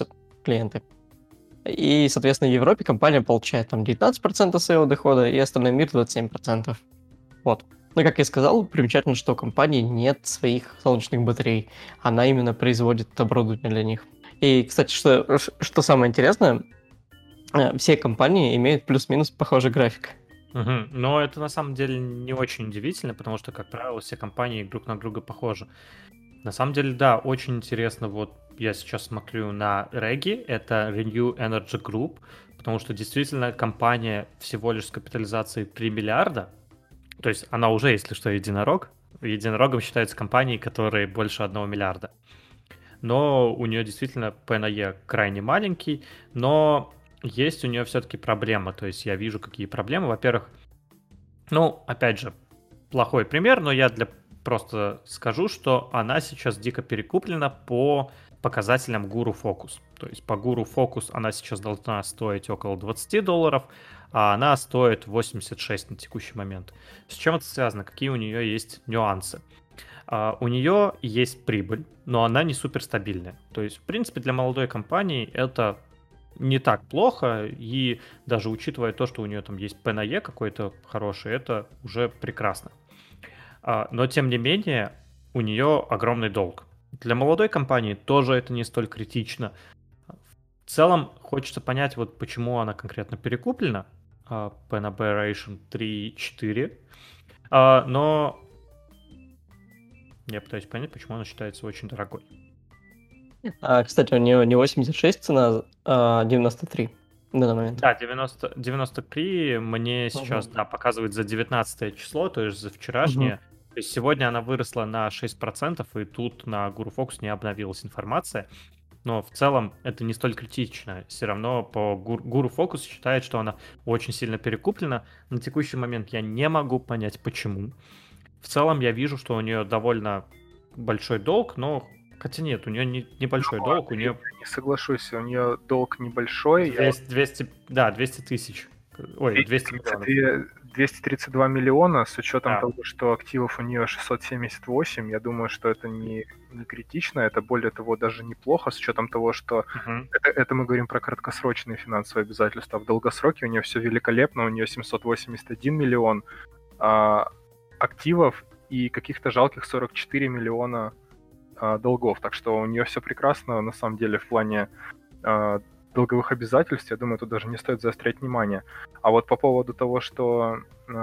клиенты. И, соответственно, в Европе компания получает там 19% своего дохода, и остальной мир 27%. Вот. Ну, как я сказал, примечательно, что у компании нет своих солнечных батарей. Она именно производит оборудование для них. И, кстати, что самое интересное, все компании имеют плюс-минус похожий график. Но это на самом деле не очень удивительно, потому что, как правило, все компании друг на друга похожи. На самом деле, да, очень интересно. Вот я сейчас смотрю на Regi, это Renew Energy Group, потому что действительно компания всего лишь с капитализацией 3 миллиарда, то есть она уже, если что, единорог. Единорогом считаются компании, которые больше 1 миллиарда. Но у нее действительно P/E крайне маленький, но есть у нее все-таки проблема. То есть я вижу, какие проблемы. Во-первых, опять же, плохой пример, но я просто скажу, что она сейчас дико перекуплена по показателям Guru Focus. То есть по Guru Focus она сейчас должна стоить около $20, а она стоит 86 на текущий момент. С чем это связано? Какие у нее есть нюансы? У нее есть прибыль, но она не суперстабильная. То есть, в принципе, для молодой компании это не так плохо, и даже учитывая то, что у нее там есть P/E какой-то хороший, это уже прекрасно. Но, тем не менее, у нее огромный долг. Для молодой компании тоже это не столь критично. В целом, хочется понять, вот почему она конкретно перекуплена. P/B ratio 3,4. Но я пытаюсь понять, почему она считается очень дорогой. Кстати, у нее не 86 цена, а 93 на данный момент. Да, 93 мне сейчас показывает за 19 число, то есть за вчерашнее. То есть сегодня она выросла на 6%, и тут на Guru Focus не обновилась информация. Но в целом это не столь критично. Все равно по Guru Focus считает, что она очень сильно перекуплена. На текущий момент я не могу понять, почему. В целом я вижу, что у нее довольно большой долг, но хотя нет, у нее небольшой долг, у нее... Не соглашусь, у нее долг небольшой. 200 тысяч. Ой, 200 миллионов. 232 миллиона, с учетом того, что активов у нее 678, я думаю, что это не критично, это более того даже неплохо, с учетом того, что это мы говорим про краткосрочные финансовые обязательства. В долгосроке у нее все великолепно, у нее 781 миллион активов и каких-то жалких 44 миллиона долгов. Так что у нее все прекрасно, на самом деле, в плане долговых обязательств. Я думаю, тут даже не стоит заострять внимание. А вот по поводу того, что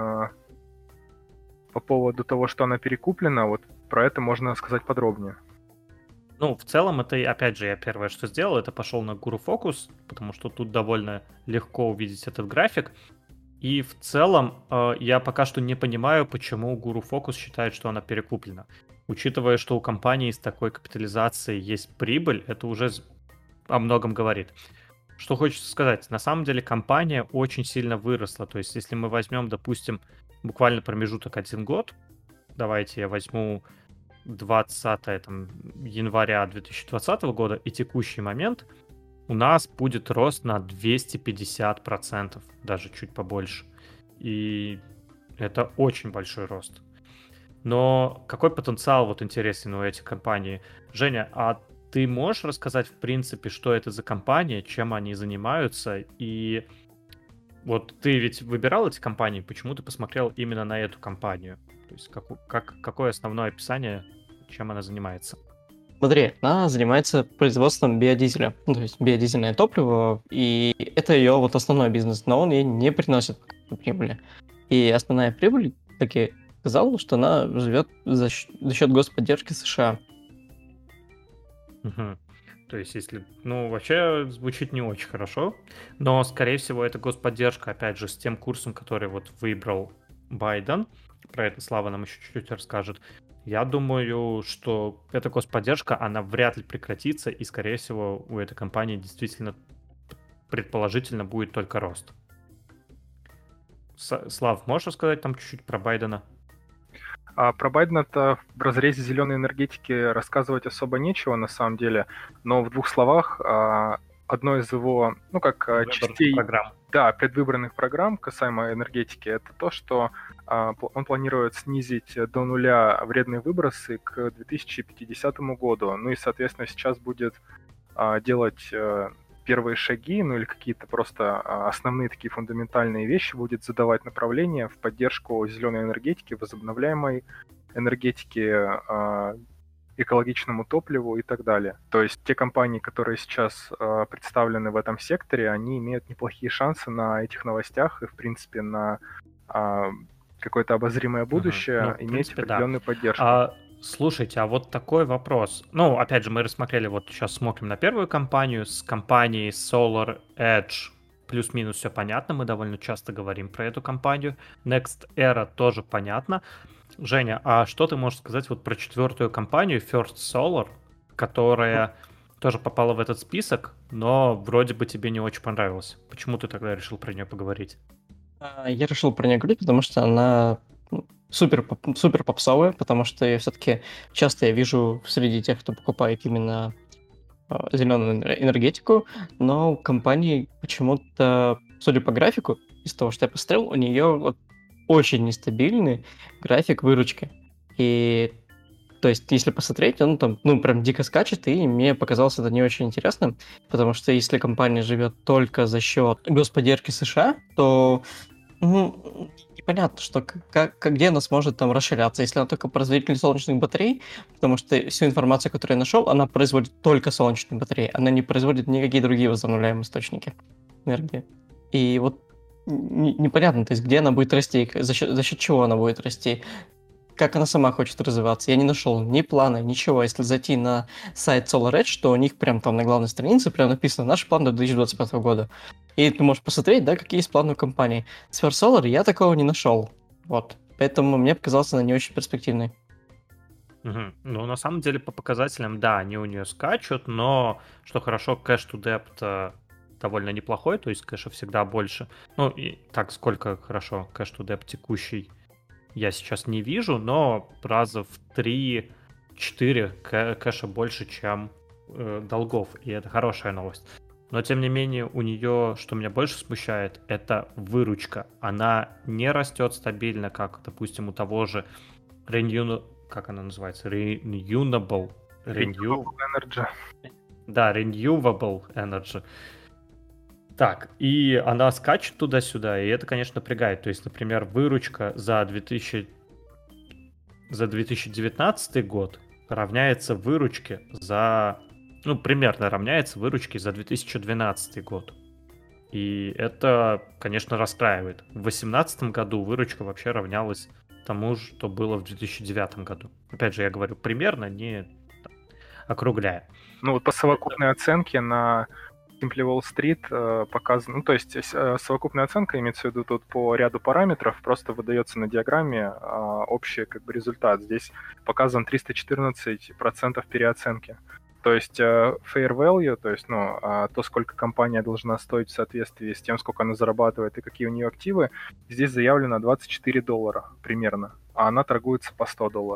она перекуплена, вот про это можно сказать подробнее. В целом, это, опять же, я первое, что сделал, это пошел на Guru Focus, потому что тут довольно легко увидеть этот график. И в целом, я пока что не понимаю, почему Guru Focus считает, что она перекуплена. Учитывая, что у компании с такой капитализацией есть прибыль, это уже о многом говорит. Что хочется сказать, на самом деле компания очень сильно выросла. То есть, если мы возьмем, допустим, буквально промежуток 1 год, давайте я возьму 20 января 2020 года и текущий момент, у нас будет рост на 250%, даже чуть побольше. И это очень большой рост. Но какой потенциал вот интересен у этих компаний? Женя, а ты можешь рассказать, в принципе, что это за компания, чем они занимаются? И вот ты ведь выбирал эти компании, почему ты посмотрел именно на эту компанию? То есть какое основное описание, чем она занимается? Смотри, она занимается производством биодизеля, то есть биодизельное топливо, и это ее вот основной бизнес, но он ей не приносит прибыли. И основная прибыль, как я сказал, что она живет за счет господдержки США. То есть, если... вообще звучит не очень хорошо, но, скорее всего, это господдержка, опять же, с тем курсом, который вот выбрал Байден. Про это Слава нам еще чуть-чуть расскажет. Я думаю, что эта господдержка, она вряд ли прекратится, и, скорее всего, у этой компании действительно, предположительно, будет только рост. Слав, можешь рассказать там чуть-чуть про Байдена? Про Байдена-то в разрезе зеленой энергетики рассказывать особо нечего, на самом деле, но в 2 словах одной из его, частей... программ. Да, предвыборных программ касаемо энергетики, это то, что он планирует снизить до нуля вредные выбросы к 2050 году. Ну и, соответственно, сейчас будет делать первые шаги, ну или какие-то просто основные такие фундаментальные вещи, будет задавать направление в поддержку зеленой энергетики, возобновляемой энергетики, экологичному топливу и так далее. То есть те компании, которые сейчас представлены в этом секторе, они имеют неплохие шансы на этих новостях и, в принципе, на какое-то обозримое будущее Ну, в иметь принципе, да. определенную поддержку. Слушайте, а вот такой вопрос. Ну, опять же, мы рассмотрели, вот сейчас смотрим на первую компанию. С компанией Solar Edge плюс-минус все понятно, мы довольно часто говорим про эту компанию. Next Era тоже понятно. Женя, а что ты можешь сказать вот про четвертую компанию First Solar, которая тоже попала в этот список, но вроде бы тебе не очень понравилась? Почему ты тогда решил про нее поговорить? Я решил про нее говорить, потому что она супер попсовая, потому что все-таки часто я вижу среди тех, кто покупает именно зеленую энергетику, но у компании почему-то, судя по графику, из того, что я посмотрел, у нее вот очень нестабильный график выручки. И то есть, если посмотреть, он там, прям дико скачет, и мне показалось это не очень интересным, потому что если компания живет только за счет господдержки США, то непонятно, что где она сможет там расширяться, если она только производитель солнечных батарей, потому что всю информацию, которую я нашел, она производит только солнечные батареи, она не производит никакие другие возобновляемые источники энергии. И вот непонятно, то есть где она будет расти, за счет чего она будет расти, как она сама хочет развиваться. Я не нашел ни плана, ничего. Если зайти на сайт SolarEdge, то у них прям там на главной странице прям написано «Наш план до 2025 года». И ты можешь посмотреть, да, какие есть планы у компании. С First Solar я такого не нашел. Вот. Поэтому мне показалось она не очень перспективной. Ну, на самом деле, по показателям, да, они у нее скачут, но, что хорошо, cash to debt довольно неплохой, то есть кэша всегда больше. Ну, и так, сколько хорошо cash to debt текущий я сейчас не вижу, но раза в 3-4 кэша больше, чем долгов, и это хорошая новость. Но, тем не менее, у нее, что меня больше смущает, это выручка. Она не растет стабильно, как, допустим, у того же как она называется? Renewable Energy. Да, Renewable Energy. Так, и она скачет туда-сюда, и это, конечно, напрягает. То есть, например, выручка за 2019 год равняется выручке примерно равняется выручке за 2012 год. И это, конечно, расстраивает. В 2018 году выручка вообще равнялась тому, что было в 2009 году. Опять же, я говорю примерно, не округляя. Ну вот по совокупной оценке на Simply Wall Street показано, то есть совокупная оценка имеется в виду тут по ряду параметров, просто выдается на диаграмме общий результат. Здесь показан 314% переоценки. То есть fair value, то есть то, сколько компания должна стоить в соответствии с тем, сколько она зарабатывает и какие у нее активы, здесь заявлено $24 примерно, а она торгуется по $100.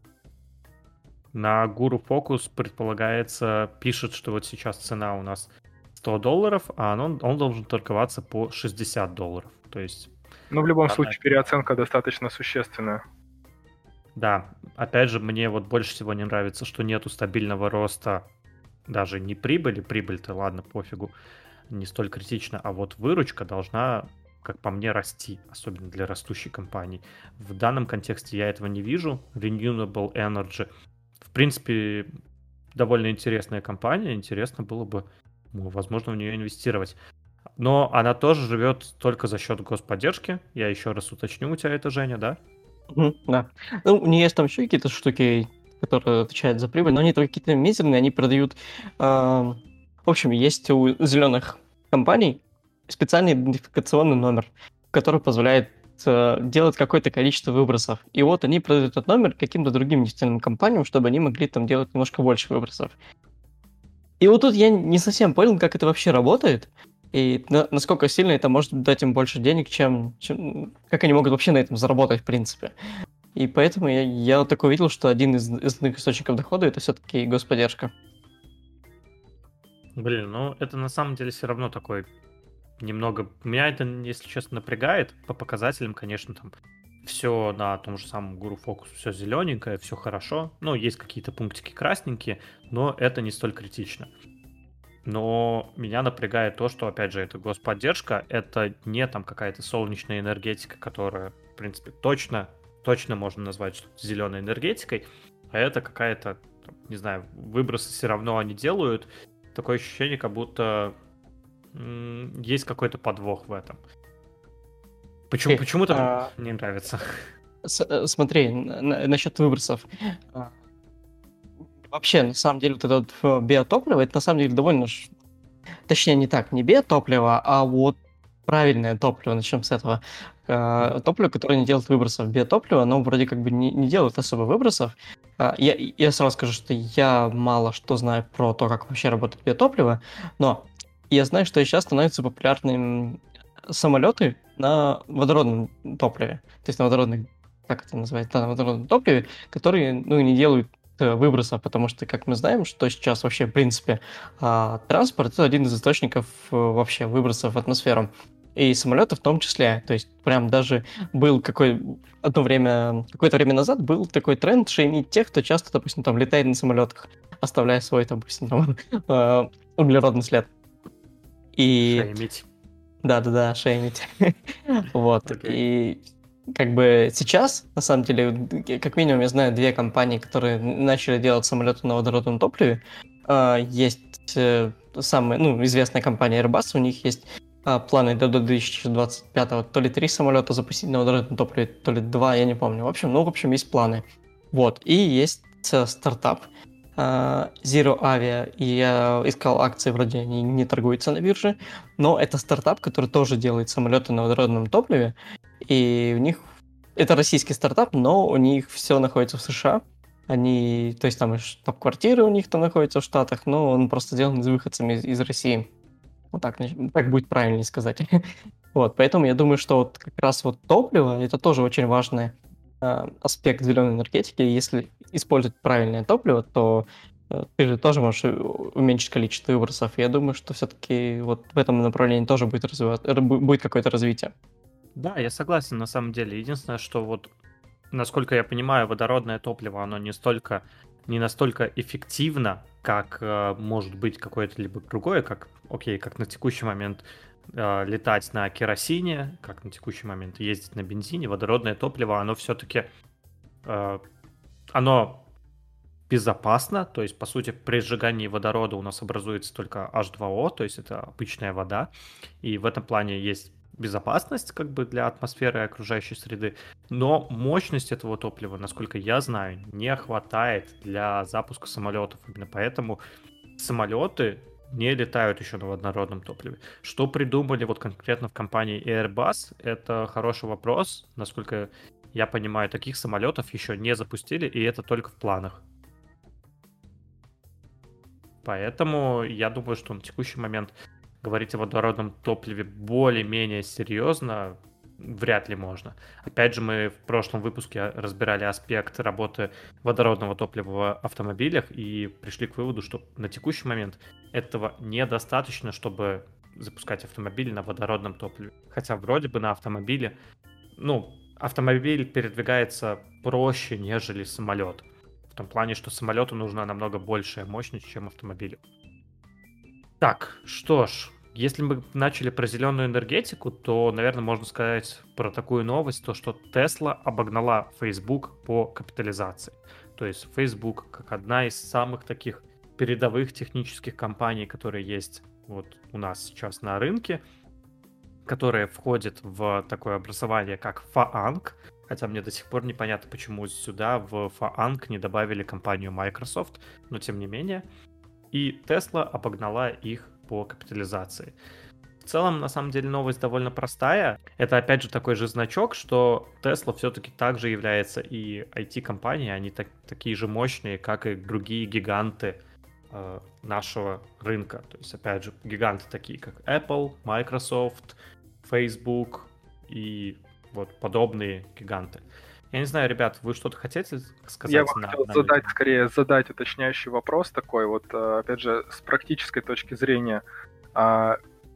На Guru Focus предполагается, пишет, что вот сейчас цена у нас $100, а он должен торговаться по $60. То есть... Ну, в любом случае, переоценка достаточно существенная. Да, опять же, мне вот больше всего не нравится, что нету стабильного роста даже не прибыли, прибыль-то ладно, пофигу, не столь критично, а вот выручка должна, как по мне, расти, особенно для растущей компании. В данном контексте я этого не вижу. Renewable Energy, в принципе, довольно интересная компания, интересно было бы, возможно, в нее инвестировать. Но она тоже живет только за счет господдержки. Я еще раз уточню у тебя это, Женя, да? Да. Ну, у нее есть там еще какие-то штуки, которые отвечают за прибыль, но они только какие-то мизерные, они продают... В общем, есть у зеленых компаний специальный идентификационный номер, который позволяет делать какое-то количество выбросов. И вот они продают этот номер каким-то другим нефтяным компаниям, чтобы они могли там делать немножко больше выбросов. И вот тут я не совсем понял, как это вообще работает, и насколько сильно это может дать им больше денег, чем как они могут вообще на этом заработать, в принципе. И поэтому я вот так увидел, что один из основных источников дохода — это все-таки господдержка. Блин, это на самом деле все равно такой немного... Меня это, если честно, напрягает. По показателям, конечно, там все на том же самом Guru Focus, все зелененькое, все хорошо. Есть какие-то пунктики красненькие, но это не столь критично. но меня напрягает то, что, опять же, это господдержка, это не там какая-то солнечная энергетика, которая, в принципе, точно можно назвать что-то зеленой энергетикой, а это какая-то, не знаю, выбросы все равно они делают. Такое ощущение, как будто есть какой-то подвох в этом. Почему-то мне нравится. Смотри, насчет выбросов. А, Вообще, на самом деле, вот это вот биотопливо, это на самом деле довольно... Точнее, не так, не биотопливо, а вот правильное топливо, начнем с этого. Топливо, которое не делает выбросов. Биотопливо, оно вроде как бы не делает особо выбросов. Я сразу скажу, что я мало что знаю про то, как вообще работает биотопливо, но я знаю, что сейчас становятся популярными самолеты на водородном топливе. То есть на водородных, как это называется, да, на водородном топливе, которые, ну, не делают выбросов, потому что, как мы знаем, что сейчас вообще, в принципе, транспорт — это один из источников вообще выбросов в атмосферу. И самолеты в том числе. То есть прям даже был какое-то время назад был такой тренд шеймить тех, кто часто, допустим, там летает на самолетах, оставляя свой, допустим, там, углеродный след. И... Шеймить. Да-да-да, шеймить. Вот. Окей. И как бы сейчас, на самом деле, как минимум, я знаю две компании, которые начали делать самолеты на водородном топливе. Есть самая, ну, известная компания Airbus, у них есть планы до 2025-го то ли 3 самолета запустить на водородном топливе, то ли 2, я не помню. В общем, есть планы. Вот. И есть стартап Zero Avia, и я искал акции, вроде они не торгуются на бирже, но это стартап, который тоже делает самолеты на водородном топливе, и у них... Это российский стартап, но у них все находится в США. Они... То есть там и штаб-квартиры у них там находятся в Штатах, но он просто сделан из выходцами из России. Вот так будет правильнее сказать. Вот, поэтому я думаю, что вот как раз вот топливо — это тоже очень важный аспект зеленой энергетики. Если использовать правильное топливо, то ты же тоже можешь уменьшить количество выбросов. Я думаю, что все-таки вот в этом направлении тоже будет какое-то развитие. Да, я согласен на самом деле. Единственное, что вот, насколько я понимаю, водородное топливо, оно не настолько эффективно, как может быть какое-то либо другое, как на текущий момент летать на керосине, как на текущий момент ездить на бензине. Водородное топливо, оно все-таки оно безопасно, то есть, по сути, при сжигании водорода у нас образуется только H2O, то есть это обычная вода, и в этом плане есть безопасность как бы для атмосферы и окружающей среды, но мощность этого топлива, насколько я знаю, не хватает для запуска самолетов. Именно поэтому самолеты не летают еще на водородном топливе. Что придумали вот конкретно в компании Airbus, это хороший вопрос. Насколько я понимаю, таких самолетов еще не запустили, и это только в планах. Поэтому я думаю, что на текущий момент говорить о водородном топливе более-менее серьезно вряд ли можно. Опять же, мы в прошлом выпуске разбирали аспект работы водородного топлива в автомобилях и пришли к выводу, что на текущий момент этого недостаточно, чтобы запускать автомобиль на водородном топливе. Хотя вроде бы на автомобиле, автомобиль передвигается проще, нежели самолет. В том плане, что самолету нужна намного большая мощность, чем автомобилю. Так, что ж, если мы начали про зеленую энергетику, то, наверное, можно сказать про такую новость, то, что Tesla обогнала Facebook по капитализации. То есть Facebook, как одна из самых таких передовых технических компаний, которые есть вот у нас сейчас на рынке, которая входит в такое образование, как FAANG, хотя мне до сих пор непонятно, почему сюда в FAANG не добавили компанию Microsoft, но тем не менее. И Tesla обогнала их по капитализации. В целом, на самом деле, новость довольно простая. Это, опять же, такой же значок, что Tesla все-таки также является и IT-компанией, они такие же мощные, как и другие гиганты нашего рынка. То есть, опять же, гиганты такие, как Apple, Microsoft, Facebook и вот подобные гиганты. Я не знаю, ребят, вы что-то хотите сказать? Я бы хотел задать уточняющий вопрос такой, вот, опять же, с практической точки зрения.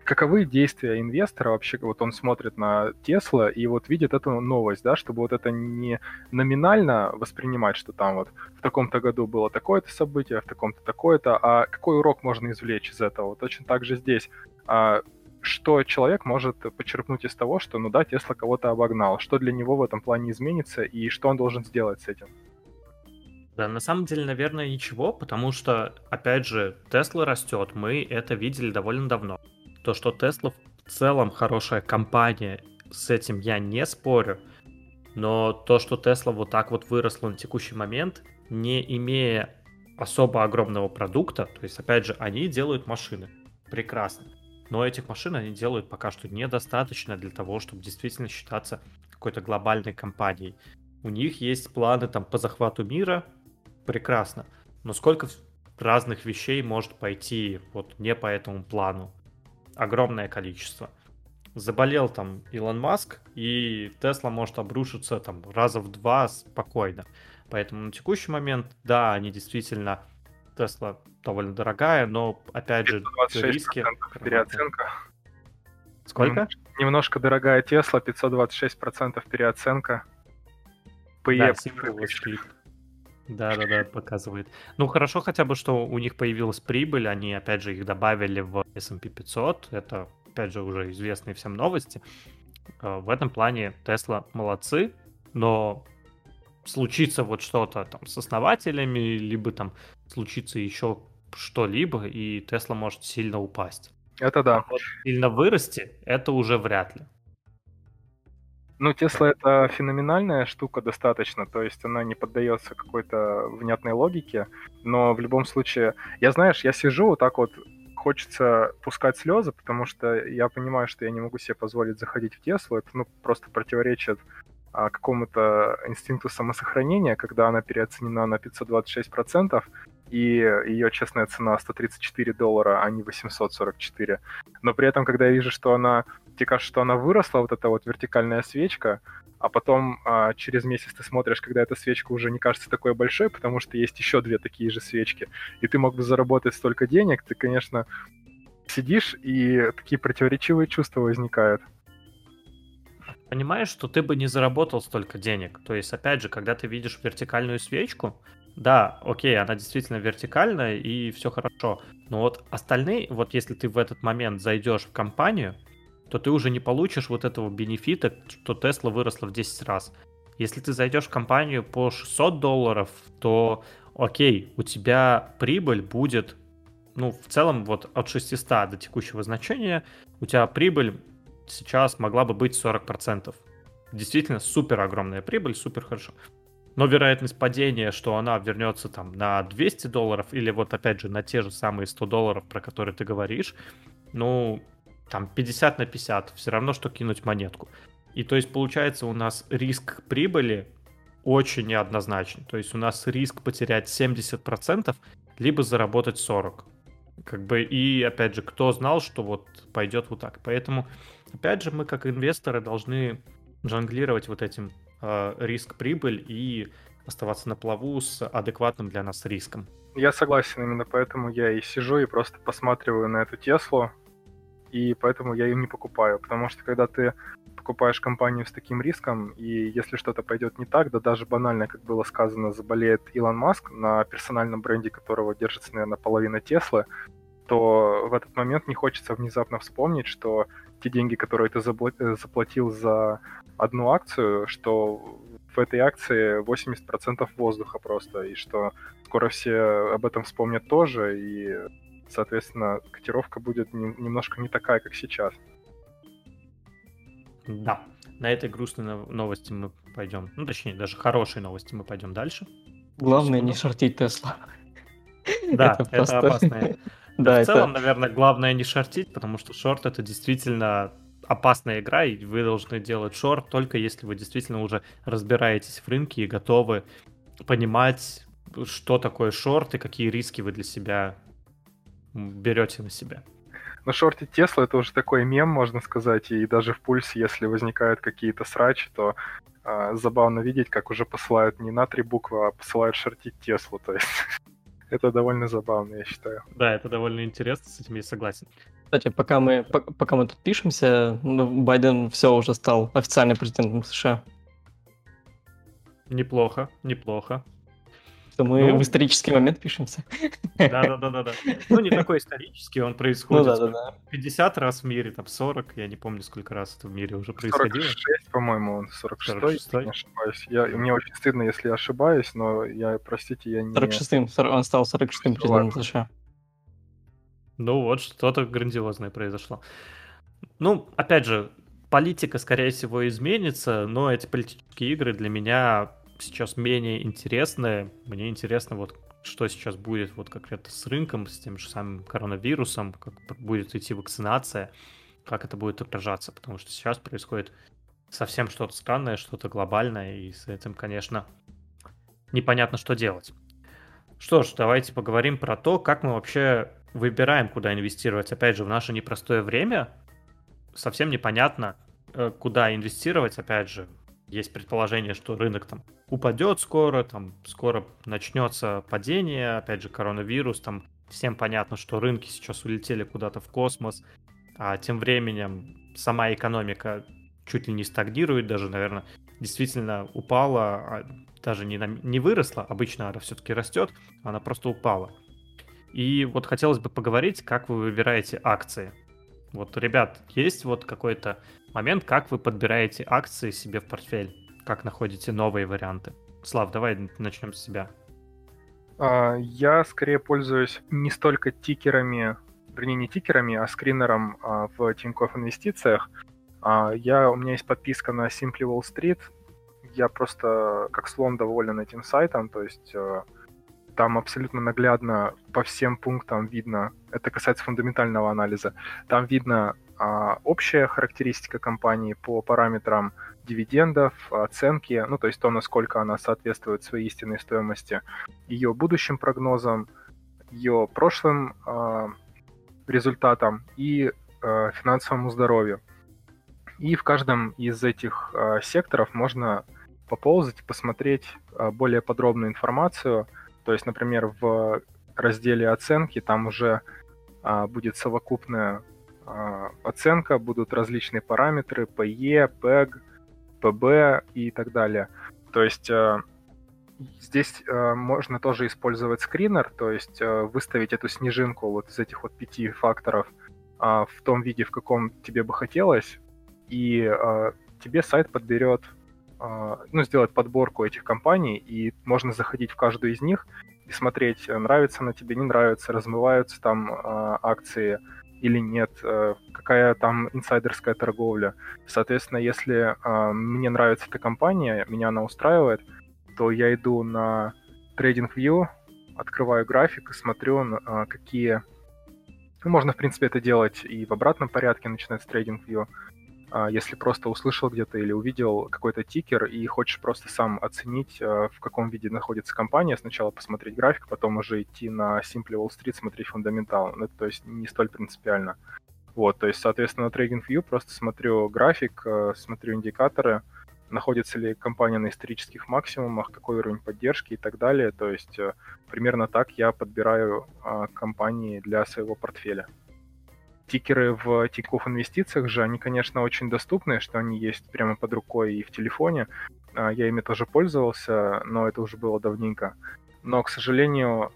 каковы действия инвестора вообще? Вот он смотрит на Tesla и вот видит эту новость, да, чтобы вот это не номинально воспринимать, что там вот в таком-то году было такое-то событие, в таком-то такое-то, а какой урок можно извлечь из этого? Точно так же здесь. Что человек может почерпнуть из того, что, ну да, Tesla кого-то обогнал, что для него в этом плане изменится и что он должен сделать с этим? Да, на самом деле, наверное, ничего, потому что, опять же, Tesla растет, мы это видели довольно давно. То, что Tesla в целом хорошая компания, с этим я не спорю, но то, что Tesla вот так вот выросла на текущий момент, не имея особо огромного продукта, то есть, опять же, они делают машины, прекрасно, но этих машин они делают пока что недостаточно для того, чтобы действительно считаться какой-то глобальной компанией. У них есть планы там по захвату мира, прекрасно, но сколько разных вещей может пойти вот не по этому плану? Огромное количество. Заболел там Илон Маск, и Тесла может обрушиться там раза в 2 спокойно. Поэтому на текущий момент, да, они действительно, Тесла довольно дорогая, но опять же 526% риски. переоценка. Сколько? Немножко дорогая Tesla, 526% переоценка. Да, символ стоит. Да, показывает. Ну, хорошо хотя бы, что у них появилась прибыль, они, опять же, их добавили в S&P 500, это, опять же, уже известные всем новости. В этом плане Tesla молодцы, но случится вот что-то там с основателями, либо там случится еще что-либо, и Tesla может сильно упасть. Это да. А вот сильно вырасти, это уже вряд ли. Ну, Tesla это феноменальная штука достаточно, то есть она не поддается какой-то внятной логике, но в любом случае, я сижу вот так вот, хочется пускать слезы, потому что я понимаю, что я не могу себе позволить заходить в Теслу, это просто противоречит какому-то инстинкту самосохранения, когда она переоценена на 526%, и ее честная цена $134, а не 844. Но при этом, когда я вижу, что тебе кажется, что она выросла, вот эта вот вертикальная свечка, а потом через месяц ты смотришь, когда эта свечка уже не кажется такой большой, потому что есть еще 2 такие же свечки, и ты мог бы заработать столько денег, ты, конечно, сидишь, и такие противоречивые чувства возникают. Понимаешь, что ты бы не заработал столько денег. То есть, опять же, когда ты видишь вертикальную свечку, да, окей, она действительно вертикальная и все хорошо. Но вот остальные, вот если ты в этот момент зайдешь в компанию, то ты уже не получишь вот этого бенефита, что Tesla выросла в 10 раз. Если ты зайдешь в компанию по $600, то окей, у тебя прибыль будет, ну, в целом вот от 600 до текущего значения, у тебя прибыль сейчас могла бы быть 40%. Действительно супер огромная прибыль, супер хорошо. Но вероятность падения, что она вернется там на $200 или вот опять же на те же самые $100, про которые ты говоришь, ну, там 50 на 50, все равно, что кинуть монетку. И то есть получается у нас риск прибыли очень неоднозначный. То есть у нас риск потерять 70%, либо заработать 40%. Как бы, и опять же, кто знал, что вот пойдет вот так. Поэтому, опять же, мы как инвесторы должны жонглировать вот этим риск-прибыль и оставаться на плаву с адекватным для нас риском. Я согласен, именно поэтому я и сижу и просто посматриваю на эту Теслу, и поэтому я ее не покупаю, потому что когда ты покупаешь компанию с таким риском, и если что-то пойдет не так, да даже банально, как было сказано, заболеет Илон Маск, на персональном бренде которого держится, наверное, половина Теслы, то в этот момент не хочется внезапно вспомнить, что те деньги, которые ты заплатил за одну акцию, что в этой акции 80% воздуха просто, и что скоро все об этом вспомнят тоже, и, соответственно, котировка будет немножко не такая, как сейчас. Да, на этой грустной новости мы пойдем, ну, точнее, даже хорошей новости мы пойдем дальше. Главное не шортить Тесла. Да, это опасно. Да, в целом, это... наверное, главное не шортить, потому что шорт — это действительно опасная игра, и вы должны делать шорт только если вы действительно уже разбираетесь в рынке и готовы понимать, что такое шорт и какие риски вы для себя берете на себя. Но шортить Теслу — это уже такой мем, можно сказать, и даже в пульсе, если возникают какие-то срачи, то забавно видеть, как уже посылают не на 3 буквы, а посылают шортить Теслу, то есть это довольно забавно, я считаю. Да, это довольно интересно, с этим я согласен. Кстати, пока мы тут пишемся, Байден все уже стал официальным президентом США. Неплохо, неплохо. Что мы в исторический момент пишемся. Да. Ну, не такой исторический, он происходит 50 раз в мире, там 40, я не помню, сколько раз это в мире уже происходило. 46, по-моему, он 46, если не ошибаюсь. Мне очень стыдно, если я ошибаюсь, но простите, я не... 46-м, он стал 46-м президентом США. Ну вот, что-то грандиозное произошло. Ну, опять же, политика, скорее всего, изменится, но эти политические игры для меня сейчас менее интересны. Мне интересно, вот что сейчас будет вот конкретно с рынком, с тем же самым коронавирусом, как будет идти вакцинация, как это будет отражаться, потому что сейчас происходит совсем что-то странное, что-то глобальное, и с этим, конечно, непонятно, что делать. Что ж, давайте поговорим про то, как мы вообще выбираем, куда инвестировать. Опять же, в наше непростое время совсем непонятно, куда инвестировать. Опять же, есть предположение, что рынок там упадет скоро, там скоро начнется падение, опять же, коронавирус, там всем понятно, что рынки сейчас улетели куда-то в космос, а тем временем сама экономика чуть ли не стагнирует, даже, наверное, действительно упала, даже не выросла, обычно она все-таки растет, она просто упала. И вот хотелось бы поговорить, как вы выбираете акции. Вот, ребят, есть вот какой-то момент, как вы подбираете акции себе в портфель? Как находите новые варианты? Слав, давай начнем с себя. Я скорее пользуюсь не столько тикерами, вернее, не тикерами, а скринером в Тинькофф Инвестициях. У меня есть подписка на Simply Wall Street. Я просто как слон доволен этим сайтом, то есть там абсолютно наглядно по всем пунктам видно, это касается фундаментального анализа, там видно общая характеристика компании по параметрам дивидендов, оценки, ну то есть то, насколько она соответствует своей истинной стоимости, ее будущим прогнозам, ее прошлым результатам и финансовому здоровью. И в каждом из этих секторов можно поползать, посмотреть более подробную информацию. То есть, например, в разделе оценки там уже будет совокупная оценка, будут различные параметры PE, PEG, PB и так далее. То есть здесь можно тоже использовать скринер, то есть выставить эту снежинку вот из этих вот 5 факторов в том виде, в каком тебе бы хотелось, и тебе сайт подберет, сделает подборку этих компаний, и можно заходить в каждую из них и смотреть, нравится она тебе, не нравится, размываются там акции или нет, какая там инсайдерская торговля. Соответственно, если мне нравится эта компания, меня она устраивает, то я иду на TradingView, открываю график и смотрю, какие... можно, в принципе, это делать и в обратном порядке, начинать с TradingView. Если просто услышал где-то или увидел какой-то тикер и хочешь просто сам оценить, в каком виде находится компания, сначала посмотреть график, потом уже идти на Simply Wall Street, смотреть фундаментал. Это, то есть, не столь принципиально. Вот, то есть, соответственно, на TradingView просто смотрю график, смотрю индикаторы, находится ли компания на исторических максимумах, какой уровень поддержки и так далее. То есть, примерно так я подбираю компании для своего портфеля. Тикеры в Тинькофф Инвестициях же, они, конечно, очень доступны, что они есть прямо под рукой и в телефоне. Я ими тоже пользовался, но это уже было давненько. Но, к сожалению,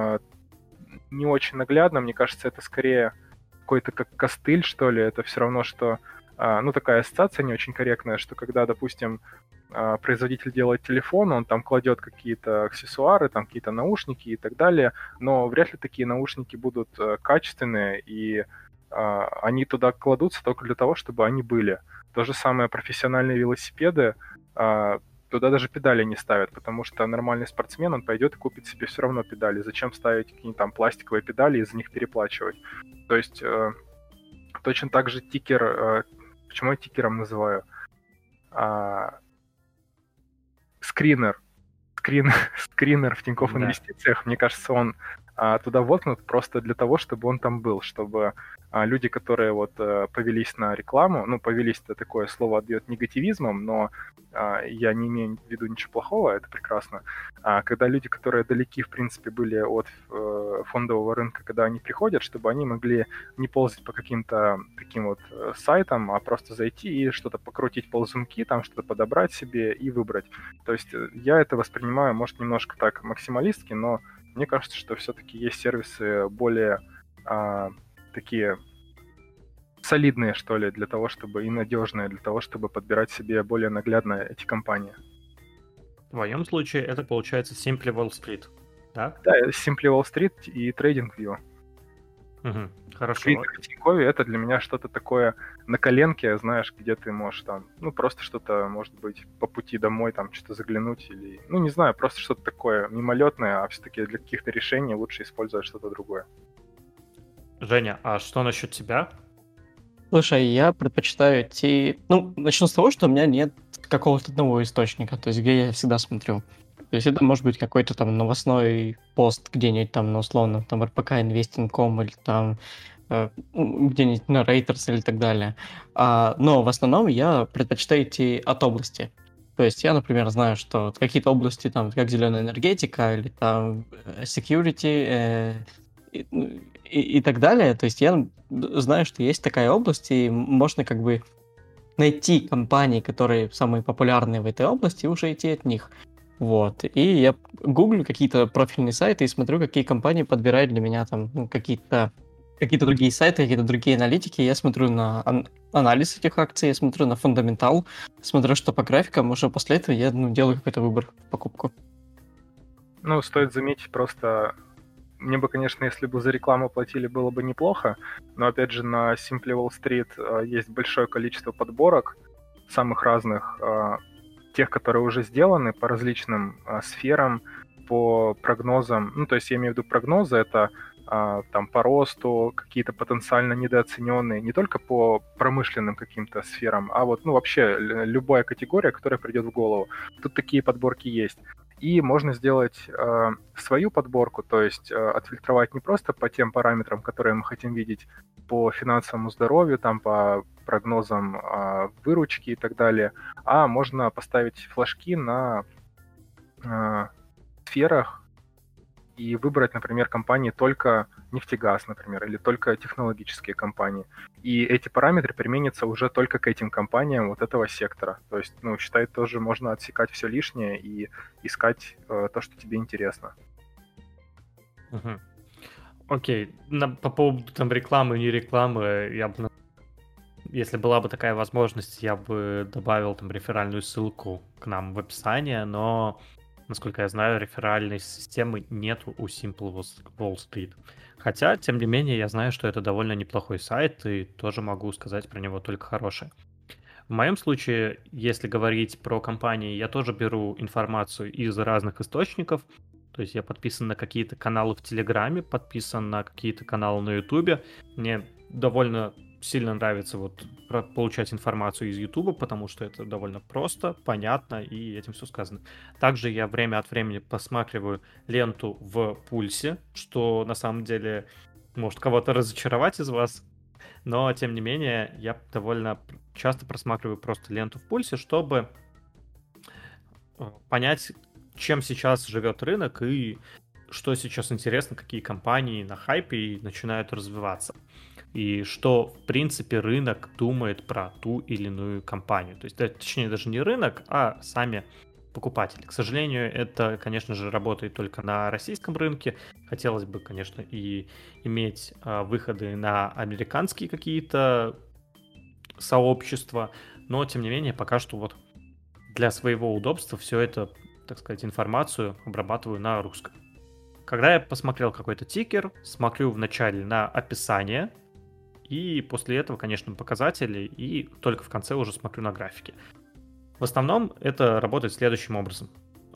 не очень наглядно. Мне кажется, это скорее какой-то как костыль, что ли. Это все равно, что... такая ассоциация не очень корректная, что когда, допустим, производитель делает телефон, он там кладет какие-то аксессуары, там какие-то наушники и так далее, но вряд ли такие наушники будут качественные, и они туда кладутся только для того, чтобы они были. То же самое профессиональные велосипеды, туда даже педали не ставят, потому что нормальный спортсмен, он пойдет и купит себе все равно педали. Зачем ставить какие-нибудь там пластиковые педали и за них переплачивать? То есть точно так же тикер, почему я тикером называю? Скринер в Тинькофф Инвестициях, мне кажется, он туда воткнут просто для того, чтобы он там был, чтобы люди, которые вот повелись на рекламу, ну, повелись, это такое слово отдает негативизмом, но я не имею в виду ничего плохого, это прекрасно. Когда люди, которые далеки, в принципе, были от фондового рынка, когда они приходят, чтобы они могли не ползать по каким-то таким вот сайтам, а просто зайти и что-то покрутить ползунки, там что-то подобрать себе и выбрать. То есть я это воспринимаю, может, немножко так максималистски, но мне кажется, что все-таки есть сервисы более такие солидные, что ли, для того, чтобы и надежные, для того, чтобы подбирать себе более наглядно эти компании. В твоем случае это получается Simply Wall Street, да? Да, Simply Wall Street и TradingView. Угу. Хорошо. Твиттер и Тинькове — это для меня что-то такое на коленке, знаешь, где ты можешь там, ну, просто что-то, может быть, по пути домой там что-то заглянуть или, ну, не знаю, просто что-то такое мимолетное, а все-таки для каких-то решений лучше использовать что-то другое. Женя, а что насчет тебя? Слушай, я предпочитаю идти... Ну, начну с того, что у меня нет какого-то одного источника, то есть где я всегда смотрю. То есть это может быть какой-то там новостной пост где-нибудь там, ну, условно, там rpkinvesting.com или там где-нибудь на Reuters или так далее. Но в основном я предпочитаю идти от области. То есть я, например, знаю, что вот какие-то области, там, как зеленая энергетика или там security, и так далее. То есть я знаю, что есть такая область, и можно как бы найти компании, которые самые популярные в этой области, и уже идти от них. Вот. И я гуглю какие-то профильные сайты и смотрю, какие компании подбирают для меня там какие-то другие сайты, какие-то другие аналитики. Я смотрю на анализ этих акций, я смотрю на фундаментал, смотрю, что по графикам, уже после этого я делаю какой-то выбор в покупку. Ну, стоит заметить просто... Мне бы, конечно, если бы за рекламу платили, было бы неплохо, но, опять же, на Simply Wall Street есть большое количество подборок самых разных, тех, которые уже сделаны по различным сферам, по прогнозам. Ну, то есть я имею в виду прогнозы, это там по росту, какие-то потенциально недооцененные, не только по промышленным каким-то сферам, а вот, ну, вообще любая категория, которая придет в голову. Тут такие подборки есть. И можно сделать свою подборку, то есть отфильтровать не просто по тем параметрам, которые мы хотим видеть по финансовому здоровью, там, по прогнозам выручки и так далее, а можно поставить флажки на сферах и выбрать, например, компании только нефтегаз, например, или только технологические компании. И эти параметры применятся уже только к этим компаниям вот этого сектора. То есть, ну, считай, тоже можно отсекать все лишнее и искать то, что тебе интересно. Угу. Окей. По поводу там рекламы и не рекламы, я бы, если была бы такая возможность, я бы добавил там реферальную ссылку к нам в описание, но, насколько я знаю, реферальной системы нету у Simple Wall Street. Хотя, тем не менее, я знаю, что это довольно неплохой сайт, и тоже могу сказать про него только хорошее. В моем случае, если говорить про компании, я тоже беру информацию из разных источников. То есть я подписан на какие-то каналы в Телеграме, подписан на какие-то каналы на Ютубе. Мне довольно сильно нравится вот получать информацию из Ютуба, потому что это довольно просто, понятно, и этим все сказано. Также я время от времени посматриваю ленту в Пульсе, что на самом деле может кого-то разочаровать из вас, но тем не менее я довольно часто просматриваю просто ленту в Пульсе, чтобы понять, чем сейчас живет рынок и что сейчас интересно, какие компании на хайпе и начинают развиваться. И что, в принципе, рынок думает про ту или иную компанию. То есть, точнее, даже не рынок, а сами покупатели. К сожалению, это, конечно же, работает только на российском рынке. Хотелось бы, конечно, и иметь выходы на американские какие-то сообщества, но, тем не менее, пока что вот для своего удобства все это, так сказать, информацию обрабатываю на русском. Когда я посмотрел какой-то тикер, смотрю вначале на описание, и после этого, конечно, показатели, и только в конце уже смотрю на графики. В основном это работает следующим образом.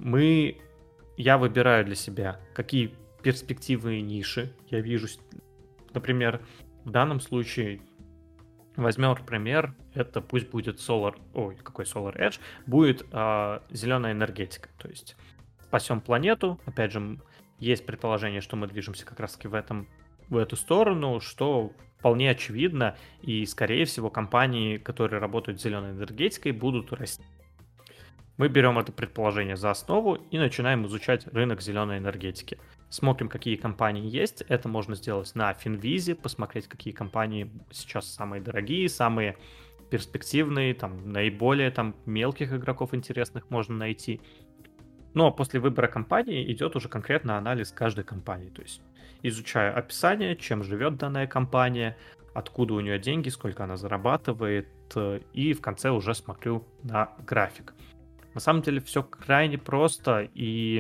Я выбираю для себя, какие перспективные ниши я вижу. Например, в данном случае возьмем пример, это пусть будет Solar Edge, будет зеленая энергетика. То есть спасем планету, опять же, есть предположение, что мы движемся как раз-таки в эту сторону, что вполне очевидно, и, скорее всего, компании, которые работают с зеленой энергетикой, будут расти. Мы берем это предположение за основу и начинаем изучать рынок зеленой энергетики. Смотрим, какие компании есть. Это можно сделать на Финвизе, посмотреть, какие компании сейчас самые дорогие, самые перспективные, там, наиболее там, мелких игроков интересных можно найти. Но после выбора компании идет уже конкретно анализ каждой компании. То есть изучаю описание, чем живет данная компания, откуда у нее деньги, сколько она зарабатывает, и в конце уже смотрю на график. На самом деле все крайне просто и...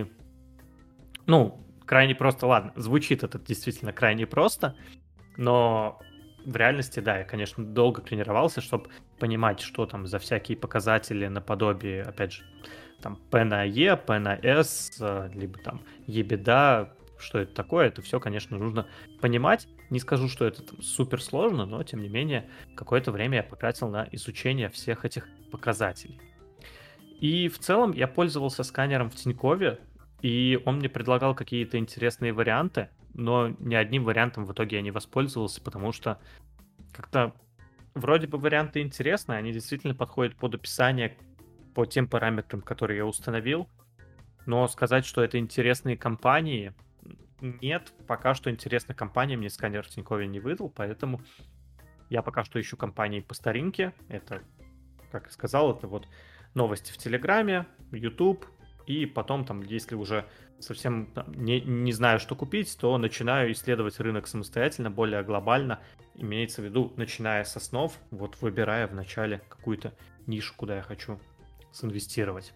Ну, крайне просто, ладно, звучит это действительно крайне просто, но в реальности, да, я, конечно, долго тренировался, чтобы понимать, что там за всякие показатели наподобие, опять же, там P на E, P на S, либо там EBITDA, что это такое, это все, конечно, нужно понимать. Не скажу, что это там супер сложно, но, тем не менее, какое-то время я потратил на изучение всех этих показателей. И в целом я пользовался сканером в Тинькове, и он мне предлагал какие-то интересные варианты, но ни одним вариантом в итоге я не воспользовался, потому что как-то вроде бы варианты интересные, они действительно подходят под описание по тем параметрам, которые я установил, но сказать, что это интересные компании, нет, пока что интересных компаний мне сканер в Тинькове не выдал, поэтому я пока что ищу компании по старинке, это, как я сказал, это вот новости в Телеграме, YouTube, и потом там, если уже совсем не знаю, что купить, то начинаю исследовать рынок самостоятельно, более глобально, имеется в виду, начиная с основ, вот выбирая вначале какую-то нишу, куда я хочу инвестировать.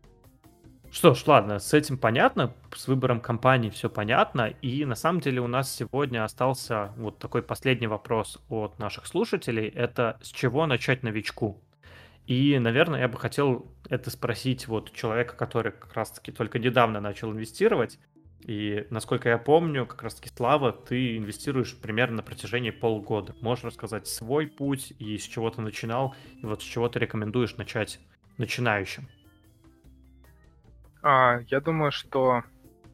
Что ж, ладно, с этим понятно, с выбором компании все понятно, и на самом деле у нас сегодня остался вот такой последний вопрос от наших слушателей, это с чего начать новичку? И, наверное, я бы хотел это спросить вот человека, который как раз-таки только недавно начал инвестировать. И, насколько я помню, как раз-таки, Слава, ты инвестируешь примерно на протяжении полгода. Можешь рассказать свой путь и с чего ты начинал, и вот с чего ты рекомендуешь начать начинающим? Я думаю, что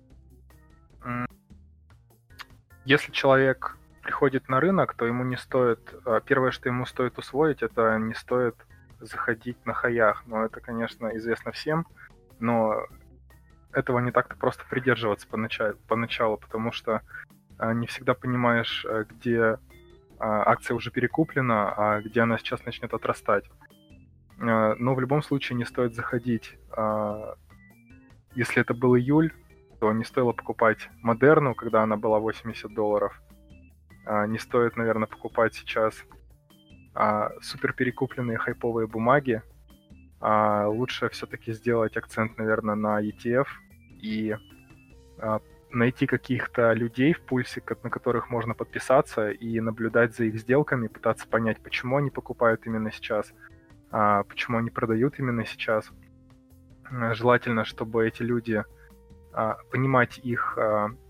если человек приходит на рынок, то ему не стоит... Первое, что ему стоит усвоить, это не стоит заходить на хаях. Но это, конечно, известно всем, но этого не так-то просто придерживаться поначалу, потому что не всегда понимаешь, где акция уже перекуплена, а где она сейчас начнет отрастать. Но в любом случае не стоит заходить. Если это был июль, то не стоило покупать Модерну, когда она была $80. Не стоит, наверное, покупать сейчас супер перекупленные хайповые бумаги. Лучше все-таки сделать акцент, наверное, на ETF и найти каких-то людей в пульсе, на которых можно подписаться и наблюдать за их сделками, пытаться понять, почему они покупают именно сейчас, почему они продают именно сейчас. Желательно, чтобы эти люди, понимать их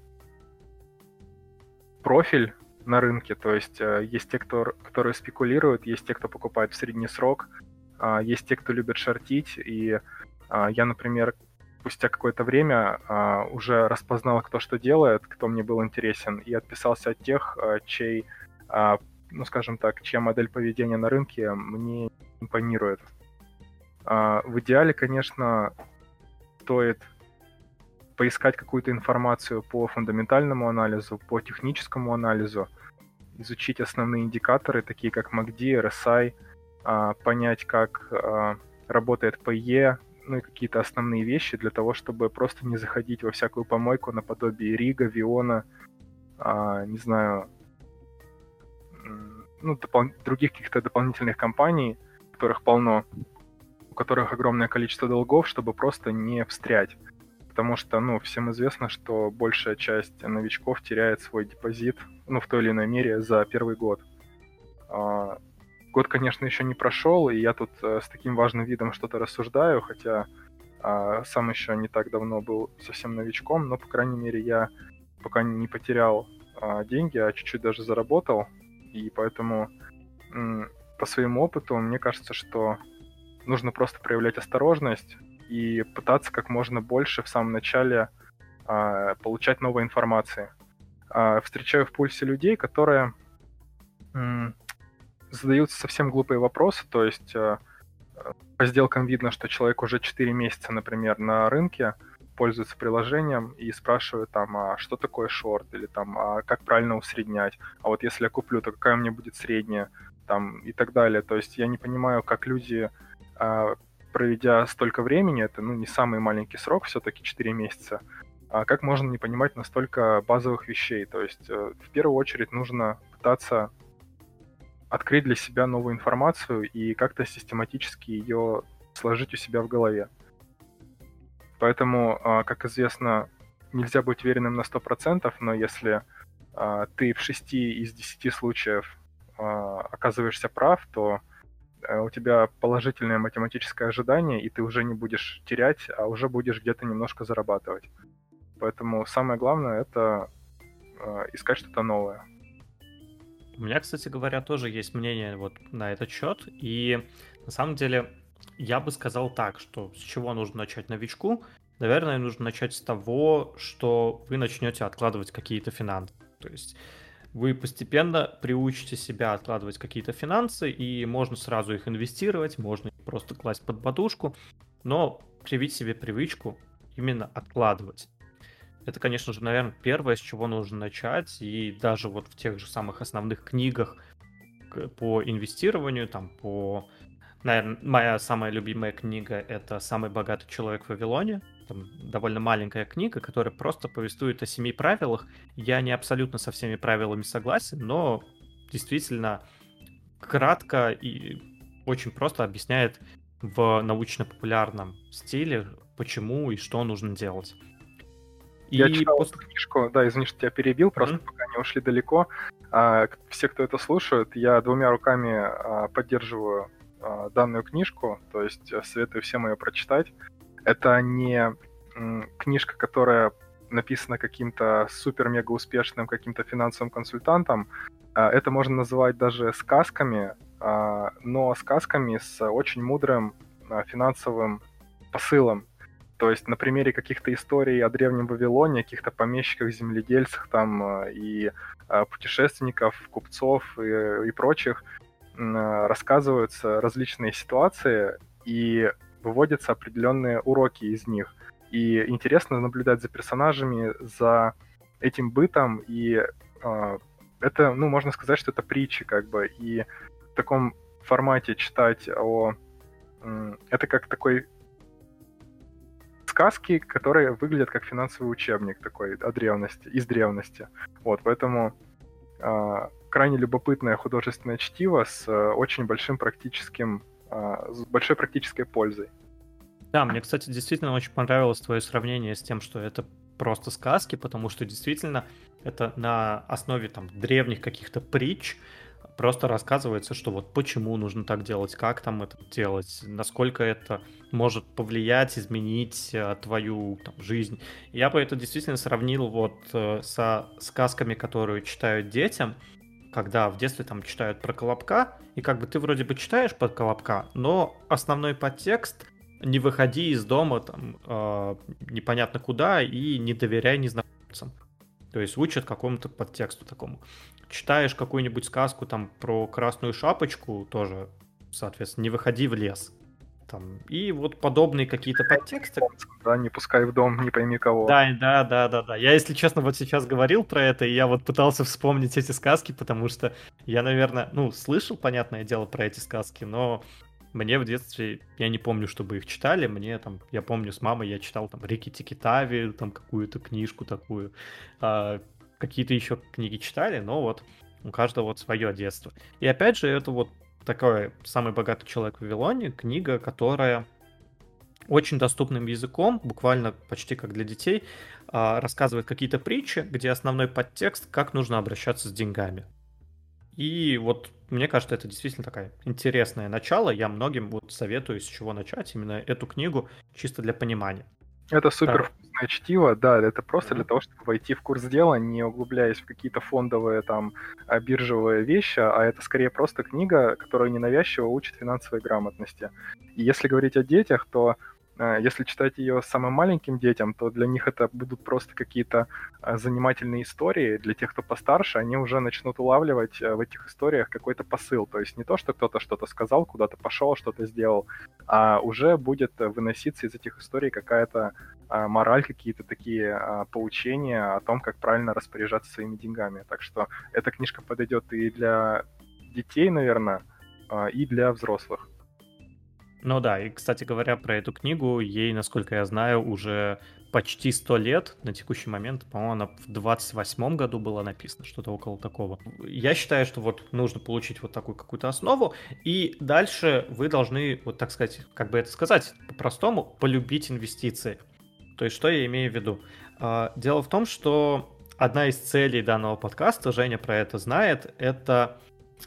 профиль на рынке, то есть есть те, которые спекулируют, есть те, кто покупает в средний срок, есть те, кто любит шортить, и я, например, спустя какое-то время уже распознал, кто что делает, кто мне был интересен, и отписался от тех, чей, ну, скажем так, чья модель поведения на рынке мне импонирует. В идеале, конечно, стоит поискать какую-то информацию по фундаментальному анализу, по техническому анализу, изучить основные индикаторы, такие как MACD, RSI, понять, как работает PE, ну и какие-то основные вещи для того, чтобы просто не заходить во всякую помойку наподобие Рига, Виона, не знаю, ну, других каких-то дополнительных компаний, которых полно, у которых огромное количество долгов, чтобы просто не встрять. Потому что, ну, всем известно, что большая часть новичков теряет свой депозит, ну, в той или иной мере за первый год. Год, конечно, еще не прошел, и я тут с таким важным видом что-то рассуждаю, хотя сам еще не так давно был совсем новичком, но, по крайней мере, я пока не потерял деньги, а чуть-чуть даже заработал, и поэтому по своему опыту мне кажется, что нужно просто проявлять осторожность и пытаться как можно больше в самом начале получать новой информации. Встречаю в пульсе людей, которые задают совсем глупые вопросы, то есть по сделкам видно, что человек уже 4 месяца, например, на рынке, пользуется приложением и спрашивает там, а что такое шорт, или там, а как правильно усреднять, а вот если я куплю, то какая у меня будет средняя, там, и так далее. То есть я не понимаю, как люди, проведя столько времени, это, не самый маленький срок, все-таки 4 месяца, как можно не понимать настолько базовых вещей. То есть в первую очередь нужно пытаться открыть для себя новую информацию и как-то систематически ее сложить у себя в голове. Поэтому, как известно, нельзя быть уверенным на 100%, но если ты в 6 из 10 случаев оказываешься прав, то у тебя положительное математическое ожидание, и ты уже не будешь терять, а уже будешь где-то немножко зарабатывать. Поэтому самое главное — это искать что-то новое. У меня, кстати говоря, тоже есть мнение вот на этот счет, и на самом деле я бы сказал так, что с чего нужно начать новичку? Наверное, нужно начать с того, что вы начнете откладывать какие-то финансы. То есть вы постепенно приучите себя откладывать какие-то финансы, и можно сразу их инвестировать, можно их просто класть под подушку, но привить себе привычку именно откладывать. Это, конечно же, наверное, первое, с чего нужно начать, и даже вот в тех же самых основных книгах по инвестированию, там наверное, моя самая любимая книга — это «Самый богатый человек в Вавилоне». Там довольно маленькая книга, которая просто повествует о 7 правилах. Я не абсолютно со всеми правилами согласен, но действительно кратко и очень просто объясняет в научно-популярном стиле, почему и что нужно делать. Я читал эту книжку, да, извини, что тебя перебил, просто пока не ушли далеко. Все, кто это слушает, я 2 руками поддерживаю данную книжку, то есть советую всем ее прочитать. Это не книжка, которая написана каким-то супер-мега успешным каким-то финансовым консультантом. Это можно называть даже сказками, но сказками с очень мудрым финансовым посылом. То есть на примере каких-то историй о древнем Вавилоне, каких-то помещиках, земледельцах там и путешественников, купцов и прочих рассказываются различные ситуации и выводятся определенные уроки из них. И интересно наблюдать за персонажами, за этим бытом, и это, можно сказать, что это притчи, как бы, и в таком формате читать это как такой сказки, которые выглядят как финансовый учебник такой из древности. Вот, поэтому крайне любопытное художественное чтиво с очень большой практической пользой. Да, мне, кстати, действительно очень понравилось твое сравнение с тем, что это просто сказки, потому что действительно это на основе там древних каких-то притч просто рассказывается, что вот почему нужно так делать, как там это делать, насколько это может повлиять, изменить твою там жизнь. Я бы это действительно сравнил вот со сказками, которые читают детям, когда в детстве там читают про Колобка, и как бы ты вроде бы читаешь про Колобка, но основной подтекст — не выходи из дома там непонятно куда и не доверяй незнакомцам. То есть учат какому-то подтексту такому. Читаешь какую-нибудь сказку там про Красную Шапочку, тоже, соответственно, не выходи в лес. Там, и вот подобные какие-то подтексты. Да, не пускай в дом, не пойми кого. Да. Я, если честно, вот сейчас говорил про это, и я вот пытался вспомнить эти сказки, потому что я, наверное, слышал, понятное дело, про эти сказки, но мне в детстве, я не помню, чтобы их читали, я помню, с мамой я читал там Рикки-Тикки-Тави, там какую-то книжку такую, какие-то еще книги читали, но вот у каждого вот свое детство. И опять же, это вот такой «Самый богатый человек в Вавилоне», книга, которая очень доступным языком, буквально почти как для детей, рассказывает какие-то притчи, где основной подтекст, как нужно обращаться с деньгами. И вот мне кажется, это действительно такое интересное начало. Я многим вот советую, с чего начать именно эту книгу, чисто для понимания. Это супер вкусное чтиво, да, это просто для того, чтобы войти в курс дела, не углубляясь в какие-то фондовые там биржевые вещи, а это скорее просто книга, которая ненавязчиво учит финансовой грамотности. И если говорить о детях, то Если читать ее самым маленьким детям, то для них это будут просто какие-то занимательные истории. Для тех, кто постарше, они уже начнут улавливать в этих историях какой-то посыл. То есть не то, что кто-то что-то сказал, куда-то пошел, что-то сделал, а уже будет выноситься из этих историй какая-то мораль, какие-то такие поучения о том, как правильно распоряжаться своими деньгами. Так что эта книжка подойдет и для детей, наверное, и для взрослых. Ну да, и, кстати говоря, про эту книгу, ей, насколько я знаю, уже почти 100 лет на текущий момент. По-моему, она в 28-м году была написана, что-то около такого. Я считаю, что вот нужно получить вот такую какую-то основу, и дальше вы должны, вот так сказать, как бы это сказать по-простому, полюбить инвестиции. То есть, что я имею в виду? Дело в том, что одна из целей данного подкаста, Женя про это знает, это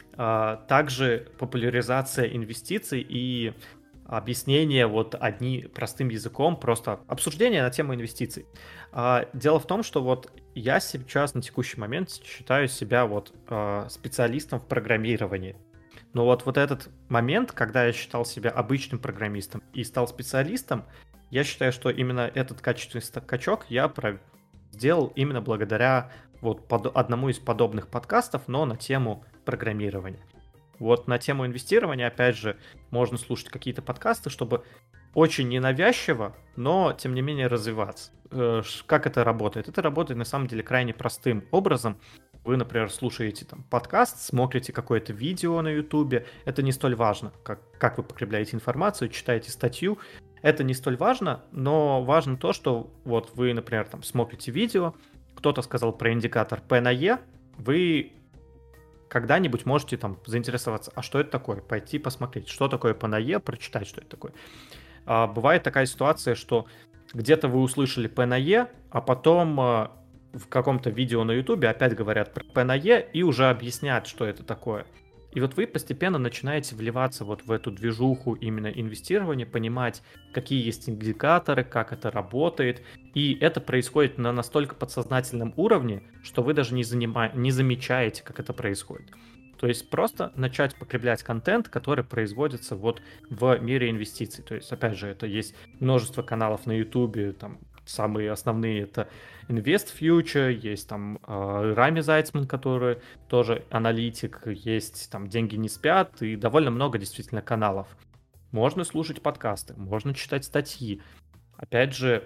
также популяризация инвестиций и объяснение вот простым языком, просто обсуждение на тему инвестиций. Дело в том, что вот я сейчас на текущий момент считаю себя вот специалистом в программировании. Но вот этот момент, когда я считал себя обычным программистом и стал специалистом, я считаю, что именно этот качественный скачок я сделал именно благодаря вот одному из подобных подкастов, но на тему программирования. Вот на тему инвестирования, опять же, можно слушать какие-то подкасты, чтобы очень ненавязчиво, но, тем не менее, развиваться. Как это работает? Это работает, на самом деле, крайне простым образом. Вы, например, слушаете там подкаст, смотрите какое-то видео на Ютубе. Это не столь важно, как вы потребляете информацию, читаете статью. Это не столь важно, но важно то, что вот вы, например, там смотрите видео, кто-то сказал про индикатор P на E, вы когда-нибудь можете там заинтересоваться, а что это такое, пойти посмотреть, что такое P на E, прочитать, что это такое. Бывает такая ситуация, что где-то вы услышали P на E, а потом в каком-то видео на Ютубе опять говорят про P на E и уже объяснят, что это такое. И вот вы постепенно начинаете вливаться вот в эту движуху именно инвестирования, понимать, какие есть индикаторы, как это работает. И это происходит на настолько подсознательном уровне, что вы даже не замечаете, как это происходит. То есть просто начать потреблять контент, который производится вот в мире инвестиций. То есть, опять же, это есть множество каналов на YouTube, там самые основные это Invest Future, есть там Рами Зайцман, который тоже аналитик, есть там Деньги не спят, и довольно много действительно каналов. Можно слушать подкасты, можно читать статьи. Опять же,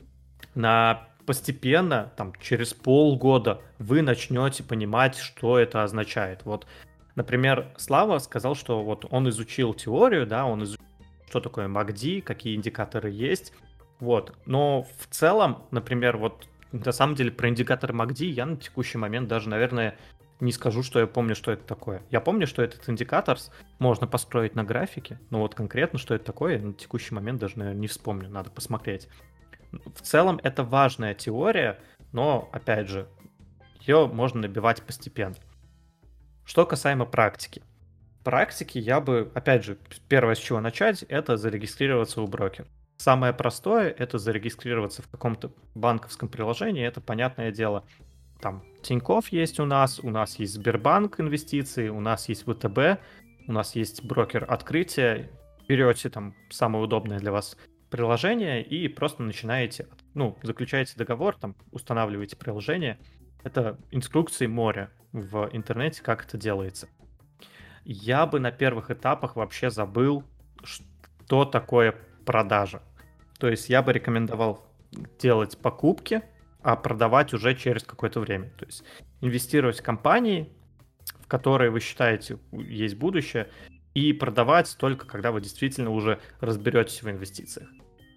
постепенно, там, через полгода вы начнете понимать, что это означает. Вот, например, Слава сказал, что вот он изучил теорию, да, он изучил, что такое MACD, какие индикаторы есть. Вот. Но в целом, например, вот на самом деле про индикатор MACD я на текущий момент даже, наверное, не скажу, что я помню, что это такое. Я помню, что этот индикатор можно построить на графике, но вот конкретно, что это такое, я на текущий момент даже, наверное, не вспомню, надо посмотреть. В целом это важная теория, но, опять же, ее можно набивать постепенно. Что касаемо практики. Практики я бы, опять же, первое, с чего начать, это зарегистрироваться у брокера. Самое простое — это зарегистрироваться в каком-то банковском приложении, это понятное дело. Там Тинькофф есть у нас есть Сбербанк инвестиции, у нас есть ВТБ, у нас есть брокер открытия. Берете там самое удобное для вас приложение и просто начинаете, заключаете договор, там устанавливаете приложение. Это инструкции моря в интернете, как это делается. Я бы на первых этапах вообще забыл, что такое продажа. То есть я бы рекомендовал делать покупки, а продавать уже через какое-то время. То есть инвестировать в компании, в которые вы считаете есть будущее, и продавать только когда вы действительно уже разберетесь в инвестициях.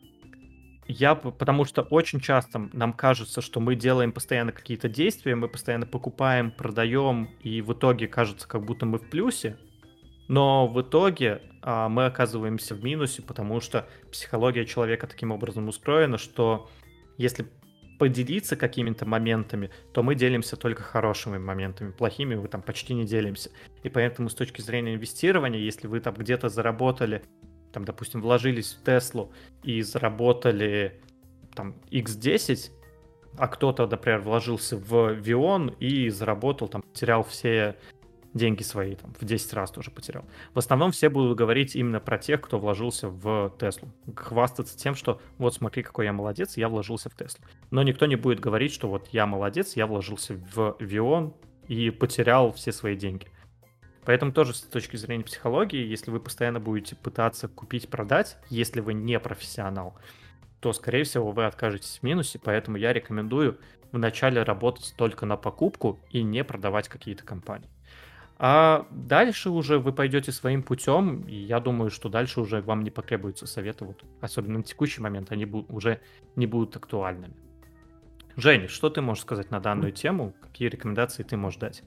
Потому что очень часто нам кажется, что мы делаем постоянно какие-то действия, мы постоянно покупаем, продаем, и в итоге кажется, как будто мы в плюсе, но в итоге мы оказываемся в минусе, потому что психология человека таким образом устроена, что если поделиться какими-то моментами, то мы делимся только хорошими моментами, плохими мы там почти не делимся. И поэтому с точки зрения инвестирования, если вы там где-то заработали, там, допустим, вложились в Теслу и заработали там X10, а кто-то, например, вложился в Вион и заработал, там, потерял все деньги свои там в 10 раз тоже потерял. В основном все будут говорить именно про тех, кто вложился в Теслу. Хвастаться тем, что вот смотри, какой я молодец, я вложился в Теслу. Но никто не будет говорить, что вот я молодец, я вложился в Вион и потерял все свои деньги. Поэтому тоже с точки зрения психологии, если вы постоянно будете пытаться купить-продать, если вы не профессионал, то, скорее всего, вы окажетесь в минусе, поэтому я рекомендую вначале работать только на покупку и не продавать какие-то компании. А дальше уже вы пойдете своим путем, и я думаю, что дальше уже вам не потребуются советы, вот, особенно на текущий момент, они уже не будут актуальными. Женя, что ты можешь сказать на данную тему? Какие рекомендации ты можешь дать?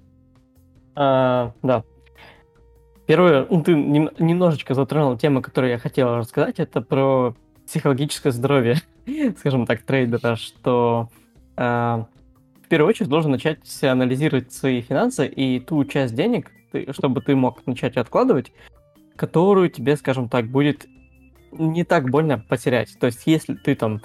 Да. Первое, ты немножечко затронул тему, которую я хотел рассказать, это про психологическое здоровье, скажем так, трейдера, что в первую очередь должен начать анализировать свои финансы и ту часть денег, чтобы ты мог начать откладывать, которую тебе, скажем так, будет не так больно потерять. То есть, если ты там,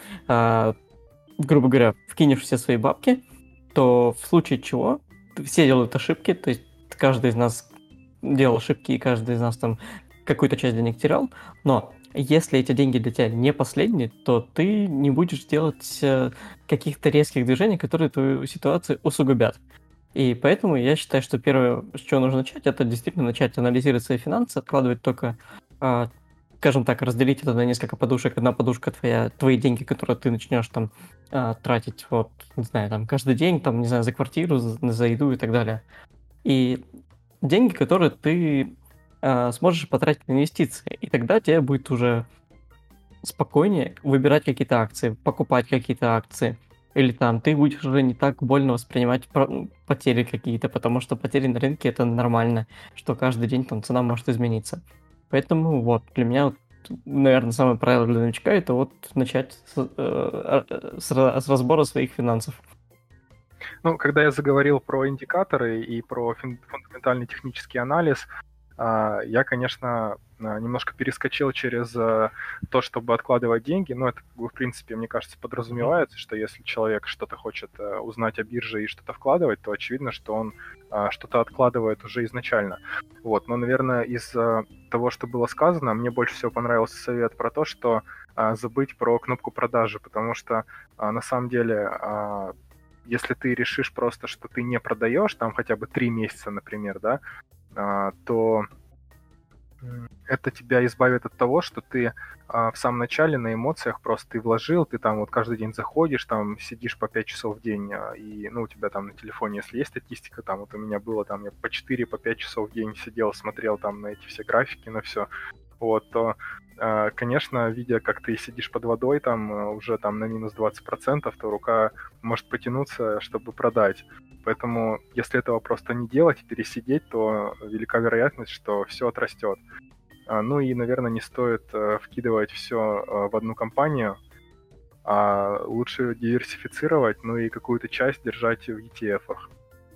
грубо говоря, вкинешь все свои бабки, то в случае чего все делают ошибки, то есть каждый из нас делал ошибки, и каждый из нас там какую-то часть денег терял, но если эти деньги для тебя не последние, то ты не будешь делать каких-то резких движений, которые твою ситуацию усугубят. И поэтому я считаю, что первое, с чего нужно начать, это действительно начать анализировать свои финансы, откладывать только, скажем так, разделить это на несколько подушек. Одна подушка твои деньги, которые ты начнешь там тратить, вот, не знаю, там каждый день, там, не знаю, за квартиру, за еду и так далее. И деньги, которые ты сможешь потратить на инвестиции, и тогда тебе будет уже спокойнее выбирать какие-то акции, покупать какие-то акции, или там ты будешь уже не так больно воспринимать потери какие-то, потому что потери на рынке это нормально, что каждый день там цена может измениться. Поэтому вот, для меня, вот, наверное, самое правило для новичка это вот начать с разбора своих финансов. Ну, когда я заговорил про индикаторы и про фундаментальный технический анализ, я, конечно, немножко перескочил через то, чтобы откладывать деньги, но это, в принципе, мне кажется, подразумевается, что если человек что-то хочет узнать о бирже и что-то вкладывать, то очевидно, что он что-то откладывает уже изначально. Вот. Но, наверное, из того, что было сказано, мне больше всего понравился совет про то, что забыть про кнопку продажи, потому что на самом деле если ты решишь просто, что ты не продаешь, там хотя бы 3 месяца, например, да, то это тебя избавит от того, что ты в самом начале на эмоциях просто ты вложил, ты там вот каждый день заходишь, там сидишь по 5 часов в день, и, ну, у тебя там на телефоне, если есть статистика, там вот у меня было, там я по 4-5 часов в день сидел, смотрел там на эти все графики, на все, вот, то, конечно, видя, как ты сидишь под водой, там уже там на минус 20%, то рука может потянуться, чтобы продать. Поэтому, если этого просто не делать и пересидеть, то велика вероятность, что все отрастет. Ну и, наверное, не стоит вкидывать все в одну компанию, а лучше диверсифицировать, ну и какую-то часть держать в ETF-ах.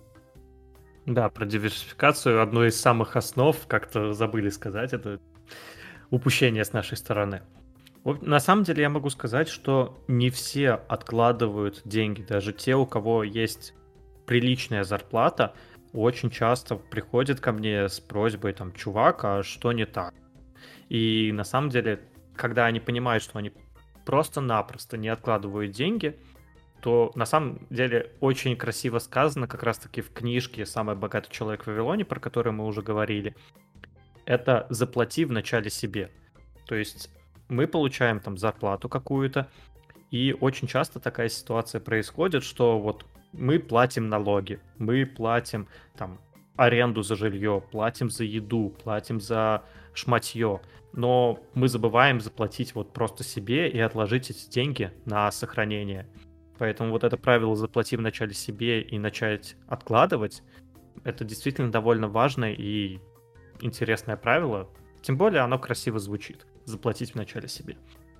Да, про диверсификацию одной из самых основ, как-то забыли сказать, это упущение с нашей стороны. На самом деле я могу сказать, что не все откладывают деньги, даже те, у кого есть приличная зарплата, очень часто приходят ко мне с просьбой, там, чувак, а что не так? И на самом деле, когда они понимают, что они просто-напросто не откладывают деньги, то на самом деле очень красиво сказано как раз-таки в книжке «Самый богатый человек в Вавилоне», про которую мы уже говорили, это «заплати вначале себе». То есть мы получаем там зарплату какую-то, и очень часто такая ситуация происходит, что вот мы платим налоги, мы платим там аренду за жилье, платим за еду, платим за шматье, но мы забываем заплатить вот просто себе и отложить эти деньги на сохранение. Поэтому вот это правило «заплати вначале себе» и начать откладывать, это действительно довольно важное и интересное правило. Тем более оно красиво звучит. Заплатить вначале себе.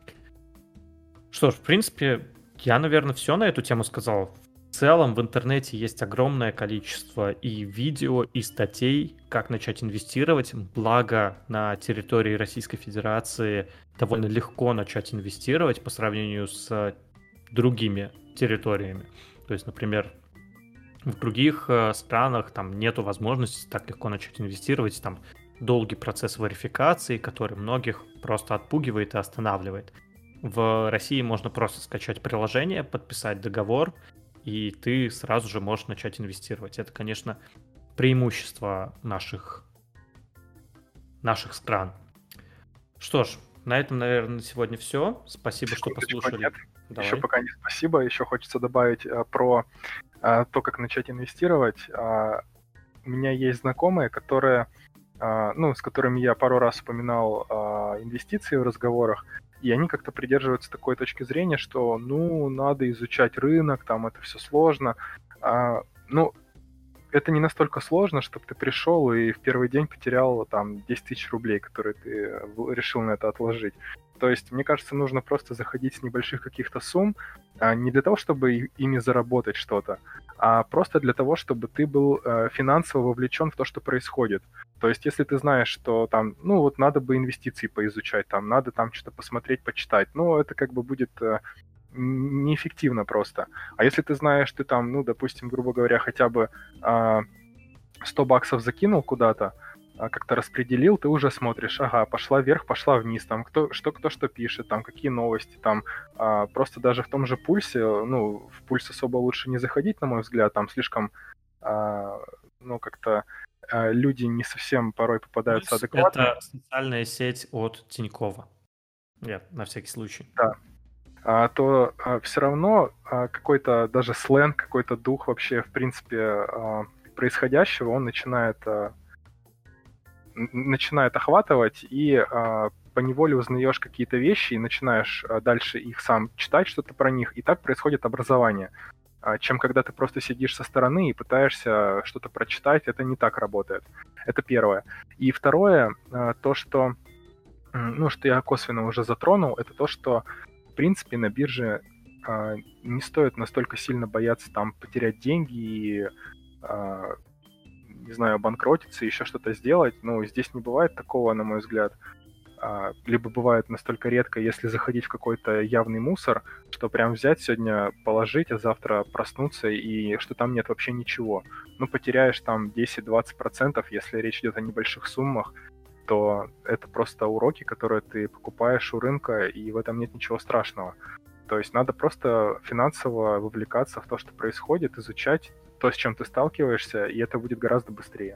Что ж, в принципе, я, наверное, все на эту тему сказал. В целом в интернете есть огромное количество и видео, и статей, как начать инвестировать. Благо, на территории Российской Федерации довольно легко начать инвестировать по сравнению с другими территориями. То есть, например, В других странах там нету возможности так легко начать инвестировать, там долгий процесс верификации, который многих просто отпугивает и останавливает. В России можно просто скачать приложение, подписать договор, и ты сразу же можешь начать инвестировать. Это, конечно, преимущество наших стран. Что ж, на этом, наверное, на сегодня все. Спасибо, что Секундочку, послушали. нет. Давай. Еще пока не спасибо. Еще хочется добавить про то, как начать инвестировать. У меня есть знакомые, которые, с которыми я пару раз упоминал инвестиции в разговорах, и они как-то придерживаются такой точки зрения, что, надо изучать рынок, там это все сложно. Это не настолько сложно, чтобы ты пришел и в первый день потерял там 10 тысяч рублей, которые ты решил на это отложить. То есть, мне кажется, нужно просто заходить с небольших каких-то сумм, не для того, чтобы ими заработать что-то, а просто для того, чтобы ты был финансово вовлечен в то, что происходит. То есть, если ты знаешь, что там, надо бы инвестиции поизучать, там, надо там что-то посмотреть, почитать, это как бы будет неэффективно просто. А если ты знаешь, ты там, допустим, грубо говоря, хотя бы 100 баксов закинул куда-то, как-то распределил, ты уже смотришь, ага, пошла вверх, пошла вниз, там, кто что пишет, там, какие новости, там, просто даже в том же пульсе, в пульс особо лучше не заходить, на мой взгляд, там слишком, как-то люди не совсем порой попадаются Пульс — адекватно. это социальная сеть от Тинькова. Нет, на всякий случай. Да. То все равно какой-то даже сленг, какой-то дух вообще, в принципе, происходящего, он начинает охватывать, и поневоле узнаешь какие-то вещи и начинаешь дальше их сам читать, что-то про них, и так происходит образование. Чем когда ты просто сидишь со стороны и пытаешься что-то прочитать, это не так работает. Это первое. И второе, то, что я косвенно уже затронул, это то, что в принципе на бирже не стоит настолько сильно бояться там потерять деньги и, не знаю, обанкротиться, еще что-то сделать. Здесь не бывает такого, на мой взгляд. Либо бывает настолько редко, если заходить в какой-то явный мусор, что прям взять сегодня, положить, а завтра проснуться, и что там нет вообще ничего. Потеряешь там 10-20%, если речь идет о небольших суммах, то это просто уроки, которые ты покупаешь у рынка, и в этом нет ничего страшного. То есть надо просто финансово вовлекаться в то, что происходит, изучать то, с чем ты сталкиваешься, и это будет гораздо быстрее.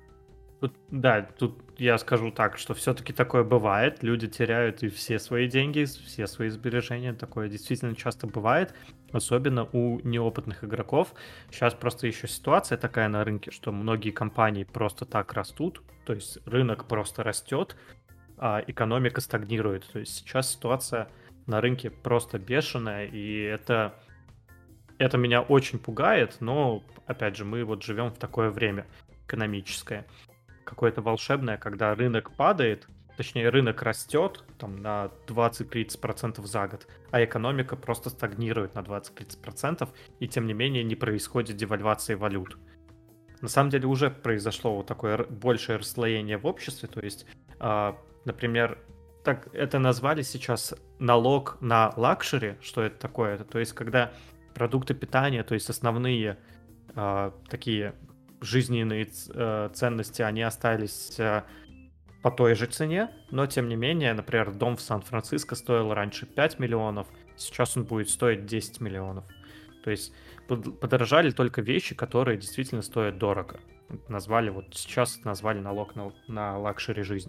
Тут я скажу так, что все-таки такое бывает. Люди теряют и все свои деньги, все свои сбережения. Такое действительно часто бывает, особенно у неопытных игроков. Сейчас просто еще ситуация такая на рынке, что многие компании просто так растут, то есть рынок просто растет, а экономика стагнирует. То есть сейчас ситуация на рынке просто бешеная, и это меня очень пугает, но, опять же, мы вот живем в такое время экономическое, какое-то волшебное, когда рынок падает, точнее, рынок растет там на 20-30% за год, а экономика просто стагнирует на 20-30%, и тем не менее не происходит девальвации валют. На самом деле уже произошло вот такое большее расслоение в обществе, то есть, например, так это назвали сейчас налог на лакшери. Что это такое? Это, то есть, когда продукты питания, то есть основные такие жизненные ценности, они остались по той же цене, но тем не менее, например, дом в Сан-Франциско стоил раньше 5 миллионов, сейчас он будет стоить 10 миллионов. То есть подорожали только вещи, которые действительно стоят дорого. Сейчас назвали налог на лакшери жизнь.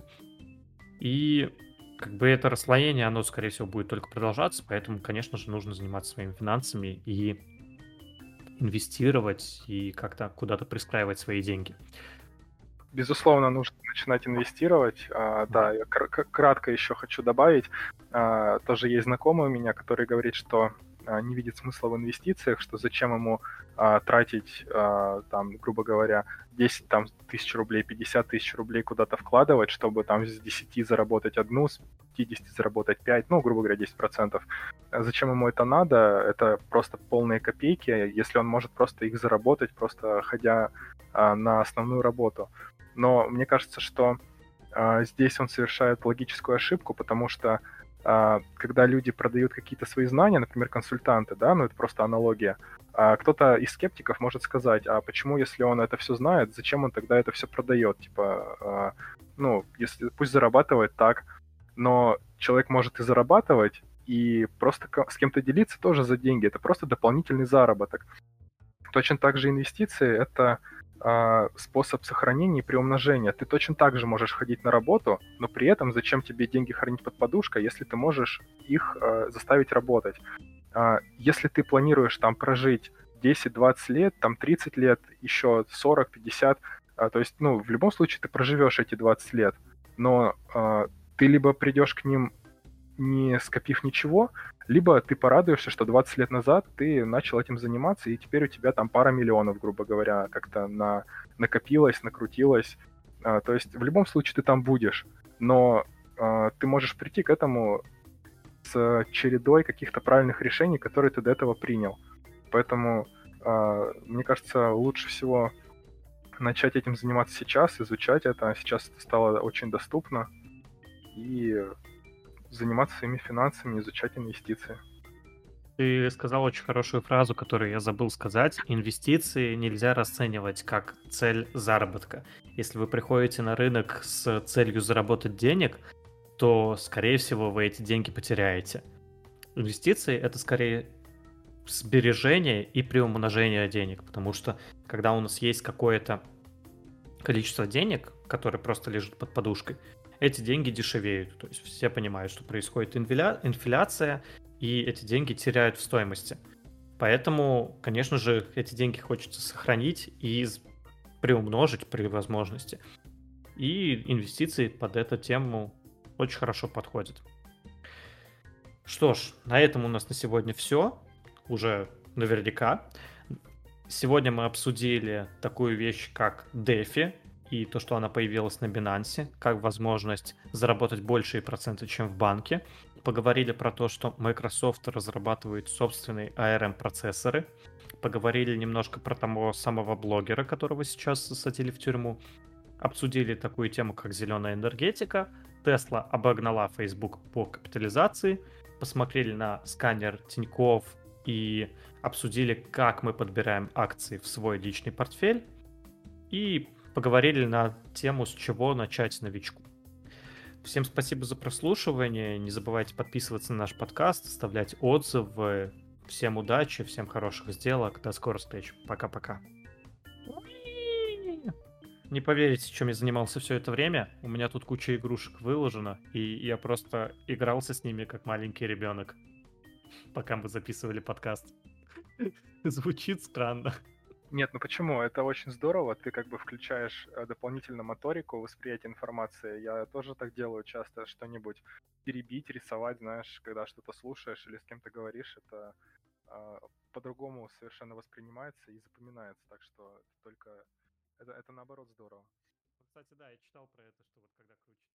И как бы это расслоение, оно, скорее всего, будет только продолжаться, поэтому, конечно же, нужно заниматься своими финансами и инвестировать, и как-то куда-то пристраивать свои деньги. Безусловно, нужно начинать инвестировать. Да, я кратко еще хочу добавить. Тоже есть знакомый у меня, который говорит, что не видит смысла в инвестициях, что зачем ему тратить, там, грубо говоря, 10 тысяч рублей, 50 тысяч рублей куда-то вкладывать, чтобы там с 10 заработать одну, с 50 заработать 5, грубо говоря, 10%. Зачем ему это надо? Это просто полные копейки, если он может просто их заработать, просто ходя на основную работу. Но мне кажется, что здесь он совершает логическую ошибку, потому что когда люди продают какие-то свои знания, например, консультанты, да, ну это просто аналогия, кто-то из скептиков может сказать, а почему, если он это все знает, зачем он тогда это все продает? Типа, ну, если пусть зарабатывает так, но человек может и зарабатывать, и просто с кем-то делиться тоже за деньги. Это просто дополнительный заработок. Точно так же инвестиции — это способ сохранения и приумножения. Ты точно так же можешь ходить на работу, но при этом зачем тебе деньги хранить под подушкой, если ты можешь их заставить работать? Если ты планируешь там прожить 10-20 лет, там 30 лет, еще 40-50, то есть, ну, в любом случае ты проживешь эти 20 лет, но ты либо придешь к ним не скопив ничего, либо ты порадуешься, что 20 лет назад ты начал этим заниматься, и теперь у тебя там пара миллионов, грубо говоря, как-то накопилось, накрутилось. То есть в любом случае ты там будешь, но ты можешь прийти к этому с чередой каких-то правильных решений, которые ты до этого принял. Поэтому, мне кажется, лучше всего начать этим заниматься сейчас, изучать это. Сейчас это стало очень доступно. И заниматься своими финансами, изучать инвестиции. Ты сказал очень хорошую фразу, которую я забыл сказать. Инвестиции нельзя расценивать как цель заработка. Если вы приходите на рынок с целью заработать денег, то, скорее всего, вы эти деньги потеряете. Инвестиции — это скорее сбережение и приумножение денег, потому что когда у нас есть какое-то количество денег, которые просто лежат под подушкой, эти деньги дешевеют. То есть все понимают, что происходит инфляция, и эти деньги теряют в стоимости. Поэтому, конечно же, эти деньги хочется сохранить и приумножить при возможности. И инвестиции под эту тему очень хорошо подходят. Что ж, на этом у нас на сегодня все. Уже наверняка. Сегодня мы обсудили такую вещь, как DeFi, и то, что она появилась на Binance, как возможность заработать большие проценты, чем в банке. Поговорили про то, что Microsoft разрабатывает собственные ARM-процессоры. Поговорили немножко про того самого блогера, которого сейчас засадили в тюрьму. Обсудили такую тему, как зеленая энергетика. Tesla обогнала Facebook по капитализации. Посмотрели на сканер Тинькофф и обсудили, как мы подбираем акции в свой личный портфель. И поговорили на тему, с чего начать новичку. Всем спасибо за прослушивание. Не забывайте подписываться на наш подкаст, оставлять отзывы. Всем удачи, всем хороших сделок. До скорых встреч. Пока-пока. Не поверите, чем я занимался все это время. У меня тут куча игрушек выложена, и я просто игрался с ними, как маленький ребенок, пока мы записывали подкаст. Звучит странно. Нет, ну почему? Это очень здорово. Ты как бы включаешь дополнительно моторику, восприятие информации. Я тоже так делаю часто, что-нибудь перебить, рисовать, знаешь, когда что-то слушаешь или с кем-то говоришь, это по-другому совершенно воспринимается и запоминается. Так что только это наоборот здорово. Кстати, да, я читал про это, что вот когда крутишь